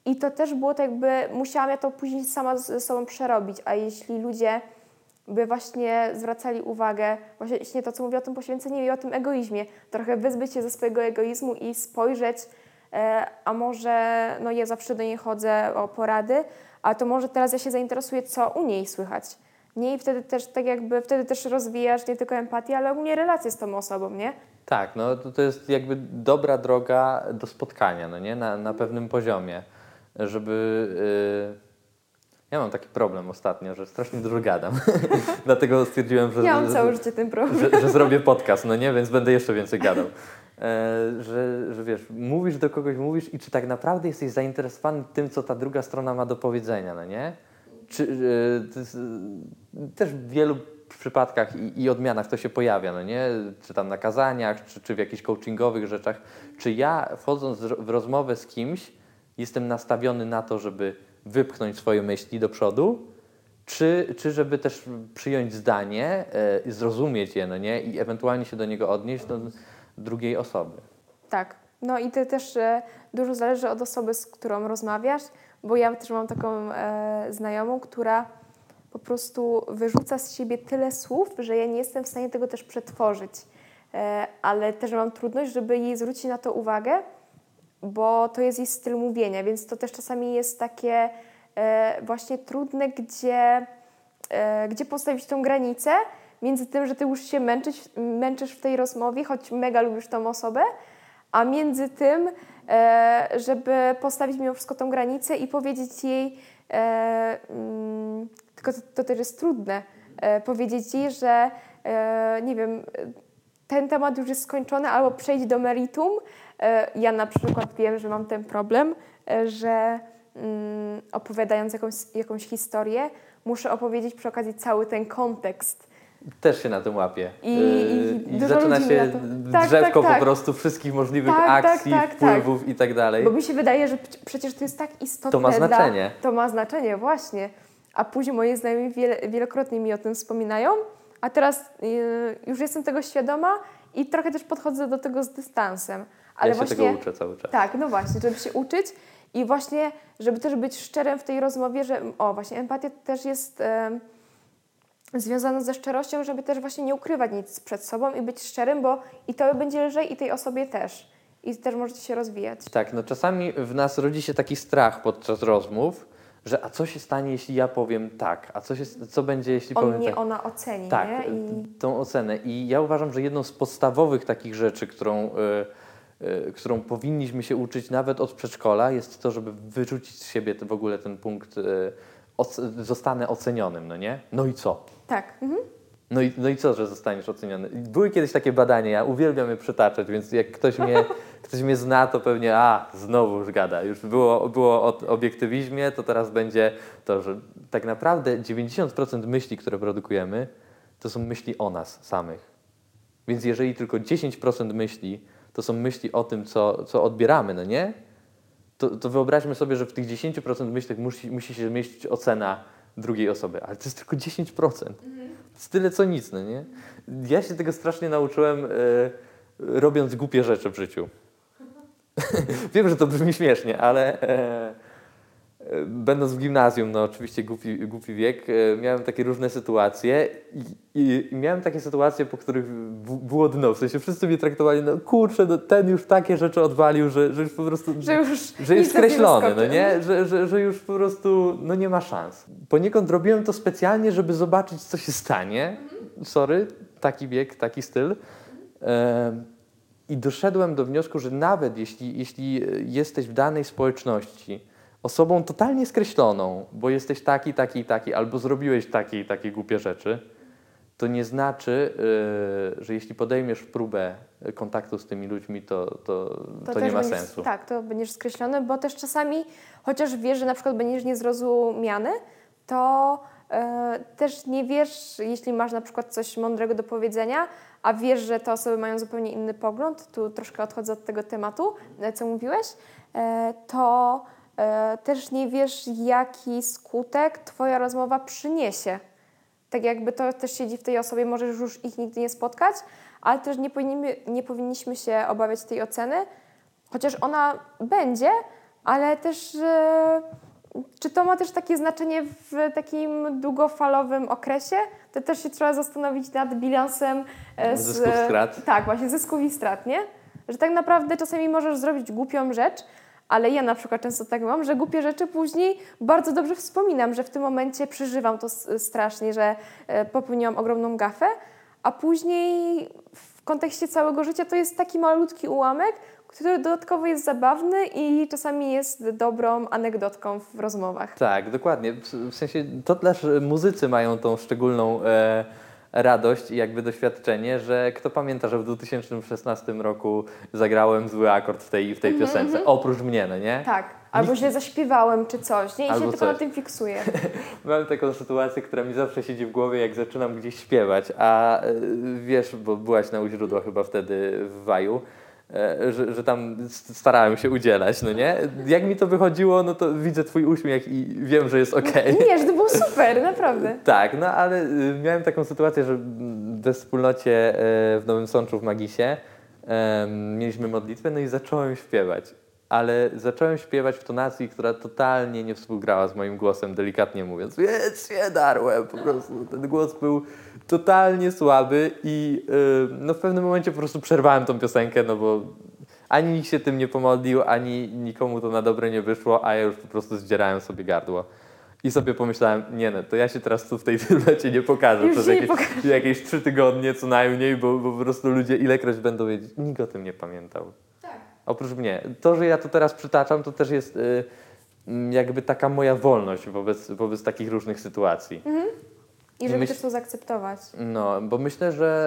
I to też było tak jakby, musiałam ja to później sama ze sobą przerobić, a jeśli ludzie by właśnie zwracali uwagę, właśnie to, co mówię o tym poświęceniu i o tym egoizmie, trochę wyzbyć się ze swojego egoizmu i spojrzeć, a może, no ja zawsze do niej chodzę o porady, a to może teraz ja się zainteresuję, co u niej słychać. Nie? I wtedy też tak jakby, wtedy też rozwijasz nie tylko empatię, ale ogólnie relacje z tą osobą, nie? Tak, no to jest jakby dobra droga do spotkania, no nie? Na pewnym poziomie, żeby... Ja mam taki problem ostatnio, że strasznie dużo gadam. Dlatego stwierdziłem, że... Ja mam całe życie ten problem. Że zrobię podcast, no nie? Więc będę jeszcze więcej gadał. Że wiesz, mówisz do kogoś, mówisz i czy tak naprawdę jesteś zainteresowany tym, co ta druga strona ma do powiedzenia, no nie? Czy, to jest, też w wielu przypadkach i odmianach to się pojawia, no nie? Czy tam na kazaniach, czy w jakichś coachingowych rzeczach. Czy ja wchodząc w rozmowę z kimś jestem nastawiony na to, żeby wypchnąć swoje myśli do przodu, czy żeby też przyjąć zdanie, zrozumieć je, no nie? I ewentualnie się do niego odnieść do drugiej osoby. Tak. No i to też dużo zależy od osoby, z którą rozmawiasz, bo ja też mam taką znajomą, która po prostu wyrzuca z siebie tyle słów, że ja nie jestem w stanie tego też przetworzyć. Ale też mam trudność, żeby jej zwrócić na to uwagę, bo to jest jej styl mówienia, więc to też czasami jest takie właśnie trudne, gdzie postawić tą granicę między tym, że ty już się męczysz w tej rozmowie, choć mega lubisz tą osobę, a między tym, żeby postawić mimo wszystko tą granicę i powiedzieć jej, tylko to też jest trudne, powiedzieć jej, że nie wiem, ten temat już jest skończony albo przejść do meritum. Ja na przykład wiem, że mam ten problem, że opowiadając jakąś historię, muszę opowiedzieć przy okazji cały ten kontekst. Też się na tym łapię. I dużo zaczyna ludzi się drzewko tak. po prostu wszystkich możliwych Tak, akcji, wpływów i tak dalej. Bo mi się wydaje, że przecież to jest tak istotne. To ma znaczenie. To ma znaczenie, właśnie. A później moi znajomi wielokrotnie mi o tym wspominają, a teraz już jestem tego świadoma i trochę też podchodzę do tego z dystansem. Ale ja się właśnie, tego uczę cały czas. Tak, no właśnie, żeby się uczyć i właśnie, żeby też być szczerym w tej rozmowie, że właśnie empatia też jest związana ze szczerością, żeby też właśnie nie ukrywać nic przed sobą i być szczerym, bo i tobie będzie lżej i tej osobie też. I też możecie się rozwijać. Tak, no czasami w nas rodzi się taki strach podczas rozmów, że a co się stanie, jeśli ja powiem tak, a co będzie, jeśli powiem tak. Ona oceni, tak, nie? tą ocenę. I ja uważam, że jedną z podstawowych takich rzeczy, którą powinniśmy się uczyć nawet od przedszkola, jest to, żeby wyrzucić z siebie w ogóle ten punkt zostanę ocenionym, no nie? No i co? Tak. Mhm. No i co, że zostaniesz oceniony? Były kiedyś takie badania, ja uwielbiam je przytaczać, więc jak ktoś mnie zna, to pewnie znowu już gada. Już było o obiektywizmie, to teraz będzie to, że tak naprawdę 90% myśli, które produkujemy, to są myśli o nas samych. Więc jeżeli tylko 10% myśli, to są myśli o tym, co odbieramy, no nie? To wyobraźmy sobie, że w tych 10% myślach musi się zmieścić ocena drugiej osoby, ale to jest tylko 10%. To jest tyle co nic, no nie? Ja się tego strasznie nauczyłem robiąc głupie rzeczy w życiu. Wiem, że to brzmi śmiesznie, ale będąc w gimnazjum, no oczywiście głupi wiek, miałem takie różne sytuacje i miałem takie sytuacje, po których było dno. W sensie wszyscy mnie traktowali, no kurczę, no ten już takie rzeczy odwalił, że już po prostu, że jest skreślony, no nie? Że już po prostu, no nie ma szans. Poniekąd robiłem to specjalnie, żeby zobaczyć, co się stanie. Sorry, taki wiek, taki styl. I doszedłem do wniosku, że nawet jeśli jesteś w danej społeczności osobą totalnie skreśloną, bo jesteś taki, albo zrobiłeś takie głupie rzeczy, to nie znaczy, że jeśli podejmiesz próbę kontaktu z tymi ludźmi, to nie ma sensu. Tak, to będziesz skreślony, bo też czasami, chociaż wiesz, że na przykład będziesz niezrozumiany, to też nie wiesz, jeśli masz na przykład coś mądrego do powiedzenia, a wiesz, że te osoby mają zupełnie inny pogląd, tu troszkę odchodzę od tego tematu, co mówiłeś, to też nie wiesz, jaki skutek twoja rozmowa przyniesie. Tak jakby to też siedzi w tej osobie, możesz już ich nigdy nie spotkać, ale też nie powinniśmy się obawiać tej oceny, chociaż ona będzie, ale też czy to ma też takie znaczenie w takim długofalowym okresie? To też się trzeba zastanowić nad bilansem Zysków, strat. Tak, właśnie zysków i strat, nie? Że tak naprawdę czasami możesz zrobić głupią rzecz, ale ja na przykład często tak mam, że głupie rzeczy później bardzo dobrze wspominam, że w tym momencie przeżywam to strasznie, że popełniłam ogromną gafę, a później w kontekście całego życia to jest taki malutki ułamek, który dodatkowo jest zabawny i czasami jest dobrą anegdotką w rozmowach. Tak, dokładnie. W sensie to też muzycy mają tą szczególną radość i jakby doświadczenie, że kto pamięta, że w 2016 roku zagrałem zły akord w tej piosence, oprócz mnie, no nie? Tak, albo źle zaśpiewałem czy coś, nie? I Albo się tylko coś. na tym fiksuję. Mam taką sytuację, która mi zawsze siedzi w głowie, jak zaczynam gdzieś śpiewać, a wiesz, bo byłaś na u źródła chyba wtedy w Waju, że tam starałem się udzielać, no nie? Jak mi to wychodziło, no to widzę twój uśmiech i wiem, że jest okej. Nie, że to było super, naprawdę. Tak, no ale miałem taką sytuację, że we wspólnocie w Nowym Sączu w Magisie mieliśmy modlitwę, no i zacząłem śpiewać. Ale zacząłem śpiewać w tonacji, która totalnie nie współgrała z moim głosem, delikatnie mówiąc. Więc się darłem po prostu. Ten głos był totalnie słaby i no w pewnym momencie po prostu przerwałem tą piosenkę, no bo ani nikt się tym nie pomodlił, ani nikomu to na dobre nie wyszło, a ja już po prostu zdzierałem sobie gardło. I sobie pomyślałem, nie no, to ja się teraz tu w tej wspólnocie nie pokażę Już przez się nie pokażę. jakieś 3 tygodnie co najmniej, bo po prostu ludzie ilekroć będą wiedzieć, nikt o tym nie pamiętał. Oprócz mnie. To, że ja to teraz przytaczam, to też jest jakby taka moja wolność wobec takich różnych sytuacji. I żeby też to zaakceptować. No, bo myślę,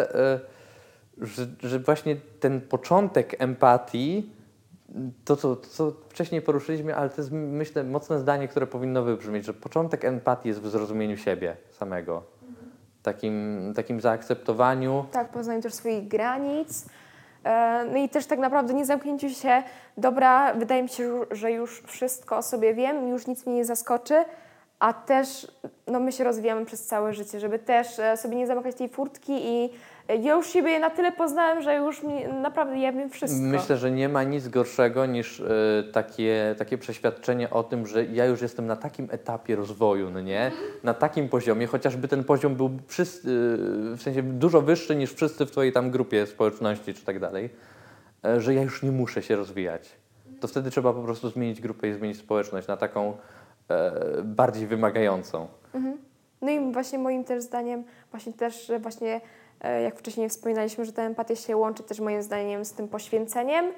że właśnie ten początek empatii, to co wcześniej poruszyliśmy, ale to jest myślę mocne zdanie, które powinno wybrzmieć, że początek empatii jest w zrozumieniu siebie samego. Takim zaakceptowaniu. Tak, poznaniu też swoich granic. No i też tak naprawdę nie zamknięciu się, dobra, wydaje mi się, że już wszystko o sobie wiem, już nic mnie nie zaskoczy, a też no my się rozwijamy przez całe życie, żeby też sobie nie zamykać tej furtki i ja już siebie na tyle poznałem, że już naprawdę ja wiem wszystko. Myślę, że nie ma nic gorszego niż takie przeświadczenie o tym, że ja już jestem na takim etapie rozwoju, no nie? Na takim poziomie, chociażby ten poziom był w sensie dużo wyższy niż wszyscy w twojej tam grupie społeczności czy tak dalej, że ja już nie muszę się rozwijać. To wtedy trzeba po prostu zmienić grupę i zmienić społeczność na taką bardziej wymagającą. No i właśnie moim też zdaniem, właśnie jak wcześniej wspominaliśmy, że ta empatia się łączy też moim zdaniem z tym poświęceniem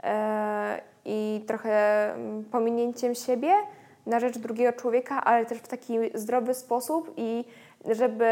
i trochę pominięciem siebie na rzecz drugiego człowieka, ale też w taki zdrowy sposób i żeby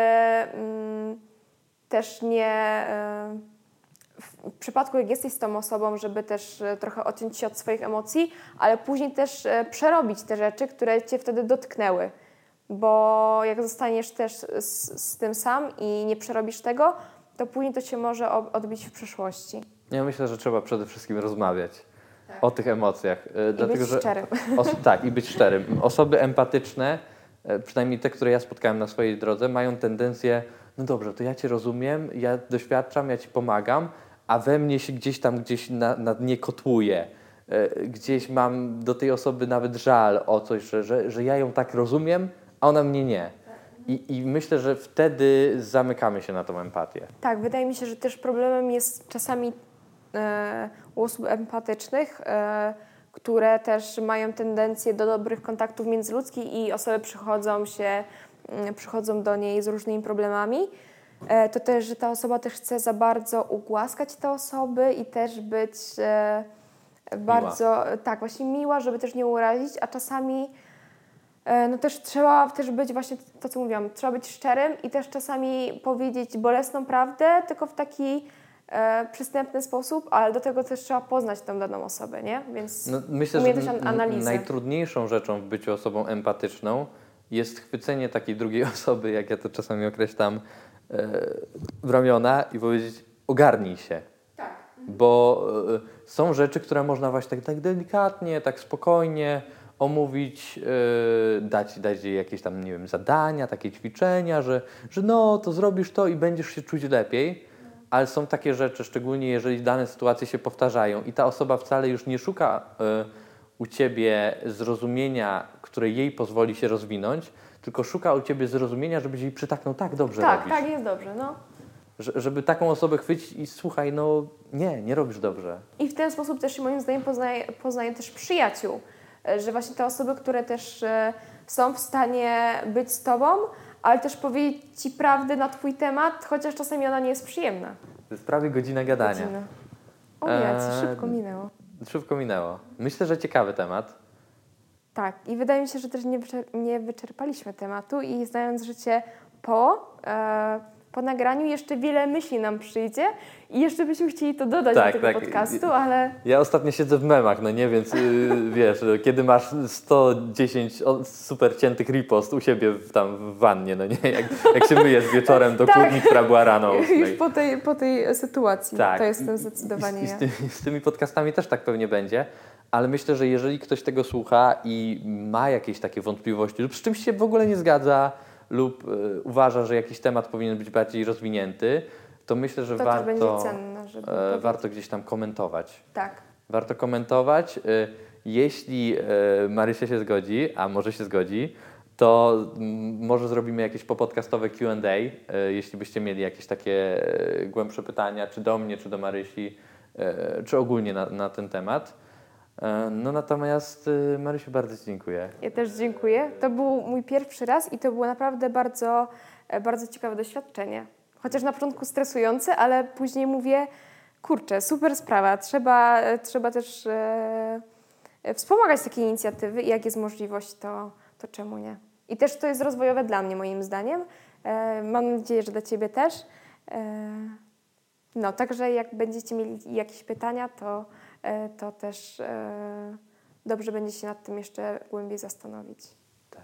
też nie w przypadku jak jesteś z tą osobą, żeby też trochę odciąć się od swoich emocji, ale później też przerobić te rzeczy, które cię wtedy dotknęły. Bo jak zostaniesz też z tym sam i nie przerobisz tego, to później to się może odbić w przyszłości. Ja myślę, że trzeba przede wszystkim rozmawiać o tych emocjach. I być szczerym. Tak, i być szczerym. Osoby empatyczne, przynajmniej te, które ja spotkałem na swojej drodze, mają tendencję, no dobrze, to ja cię rozumiem, ja doświadczam, ja ci pomagam, a we mnie się gdzieś na dnie kotłuje. Gdzieś mam do tej osoby nawet żal o coś, że ja ją tak rozumiem, a ona mnie nie. I myślę, że wtedy zamykamy się na tą empatię. Tak, wydaje mi się, że też problemem jest czasami u osób empatycznych, które też mają tendencję do dobrych kontaktów międzyludzkich i osoby przychodzą do niej z różnymi problemami. To też, że ta osoba też chce za bardzo ugłaskać te osoby i też być bardzo, tak, właśnie miła, żeby też nie urazić, a czasami no też trzeba też być właśnie to, co mówiłam, trzeba być szczerym i też czasami powiedzieć bolesną prawdę, tylko w taki przystępny sposób, ale do tego też trzeba poznać tą daną osobę, nie? Więc no, myślę, że analizy. najtrudniejszą rzeczą w byciu osobą empatyczną jest chwycenie takiej drugiej osoby, jak ja to czasami określam, w ramiona i powiedzieć: ogarnij się. Tak. Bo są rzeczy, które można właśnie tak delikatnie, tak spokojnie omówić, dać jej jakieś tam, nie wiem, zadania, takie ćwiczenia, że no, to zrobisz to i będziesz się czuć lepiej. Ale są takie rzeczy, szczególnie jeżeli dane sytuacje się powtarzają i ta osoba wcale już nie szuka u Ciebie zrozumienia, które jej pozwoli się rozwinąć, tylko szuka u Ciebie zrozumienia, żebyś jej przytaknął, tak dobrze robisz. Tak, jest dobrze, no. Żeby taką osobę chwycić i słuchaj, no nie robisz dobrze. I w ten sposób też moim zdaniem poznaję też przyjaciół, że właśnie te osoby, które też są w stanie być z Tobą, ale też powiedzieć Ci prawdę na Twój temat, chociaż czasami ona nie jest przyjemna. To jest prawie godzina gadania. Godzina. O ja, szybko minęło. Szybko minęło. Myślę, że ciekawy temat. Tak, i wydaje mi się, że też nie wyczerpaliśmy tematu i znając życie po nagraniu jeszcze wiele myśli nam przyjdzie i jeszcze byśmy chcieli to dodać do tego podcastu, ale... Ja ostatnio siedzę w memach, no nie, więc wiesz, kiedy masz 110 super ciętych ripost u siebie tam w wannie, no nie, jak się myjesz wieczorem do kłótni, która była rano. Już po tej sytuacji, to jestem zdecydowanie ja. Z tymi podcastami też tak pewnie będzie. Ale myślę, że jeżeli ktoś tego słucha i ma jakieś takie wątpliwości lub z czymś się w ogóle nie zgadza lub uważa, że jakiś temat powinien być bardziej rozwinięty, to myślę, że warto gdzieś tam komentować. Tak. Warto komentować. Jeśli Marysia się zgodzi, a może się zgodzi, to może zrobimy jakieś popodcastowe Q&A, jeśli byście mieli jakieś takie głębsze pytania, czy do mnie, czy do Marysi, czy ogólnie na ten temat. No natomiast Marysiu, bardzo Ci dziękuję. Ja też dziękuję. To był mój pierwszy raz i to było naprawdę bardzo, bardzo ciekawe doświadczenie. Chociaż na początku stresujące, ale później mówię, kurczę, super sprawa. Trzeba też wspomagać takie inicjatywy i jak jest możliwość, to czemu nie? I też to jest rozwojowe dla mnie, moim zdaniem. Mam nadzieję, że dla Ciebie też. No, także jak będziecie mieli jakieś pytania, to też dobrze będzie się nad tym jeszcze głębiej zastanowić. Tak.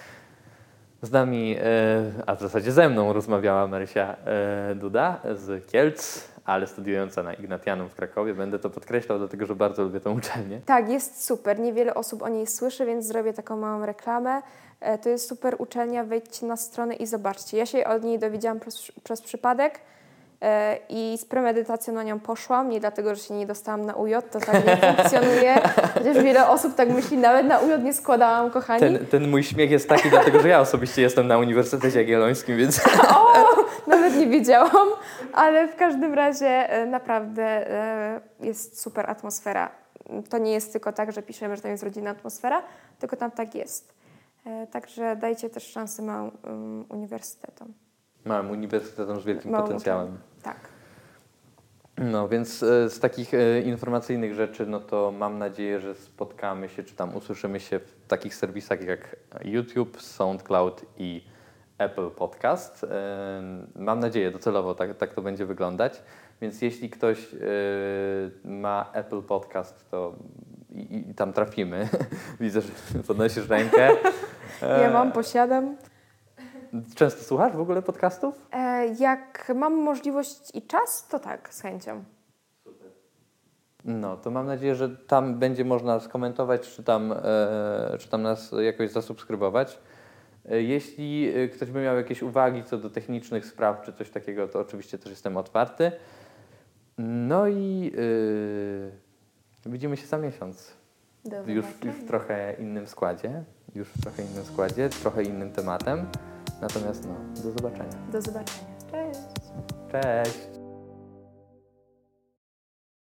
Z nami, a w zasadzie ze mną rozmawiała Marysia Duda z Kielc, ale studiująca na Ignatianum w Krakowie. Będę to podkreślał, dlatego że bardzo lubię tę uczelnię. Tak, jest super. Niewiele osób o niej słyszy, więc zrobię taką małą reklamę. To jest super uczelnia, wejdźcie na stronę i zobaczcie. Ja się od niej dowiedziałam przez przypadek. I z premedytacją na nią poszłam, nie dlatego, że się nie dostałam na UJ, to tak nie funkcjonuje, chociaż wiele osób tak myśli, nawet na UJ nie składałam, kochani. Ten mój śmiech jest taki, dlatego że ja osobiście jestem na Uniwersytecie Jagiellońskim, więc... Nawet nie wiedziałam, ale w każdym razie naprawdę jest super atmosfera. To nie jest tylko tak, że piszemy, że tam jest rodzinna atmosfera, tylko tam tak jest. Także dajcie też szansę małym uniwersytetom. Małym uniwersytetom z wielkim potencjałem. Tak. No więc z takich informacyjnych rzeczy, no to mam nadzieję, że spotkamy się, czy tam usłyszymy się w takich serwisach jak YouTube, SoundCloud i Apple Podcast. Mam nadzieję, docelowo tak to będzie wyglądać. Więc jeśli ktoś ma Apple Podcast, to i tam trafimy. Widzę, że podnosisz rękę. Ja posiadam. Często słuchasz w ogóle podcastów? Jak mam możliwość i czas, to tak, z chęcią. Super. No, to mam nadzieję, że tam będzie można skomentować, czy tam nas jakoś zasubskrybować. Jeśli ktoś by miał jakieś uwagi co do technicznych spraw, czy coś takiego, to oczywiście też jestem otwarty. No i widzimy się za miesiąc. Już w trochę innym składzie. Trochę innym tematem. Natomiast do zobaczenia. Do zobaczenia. Cześć. Cześć.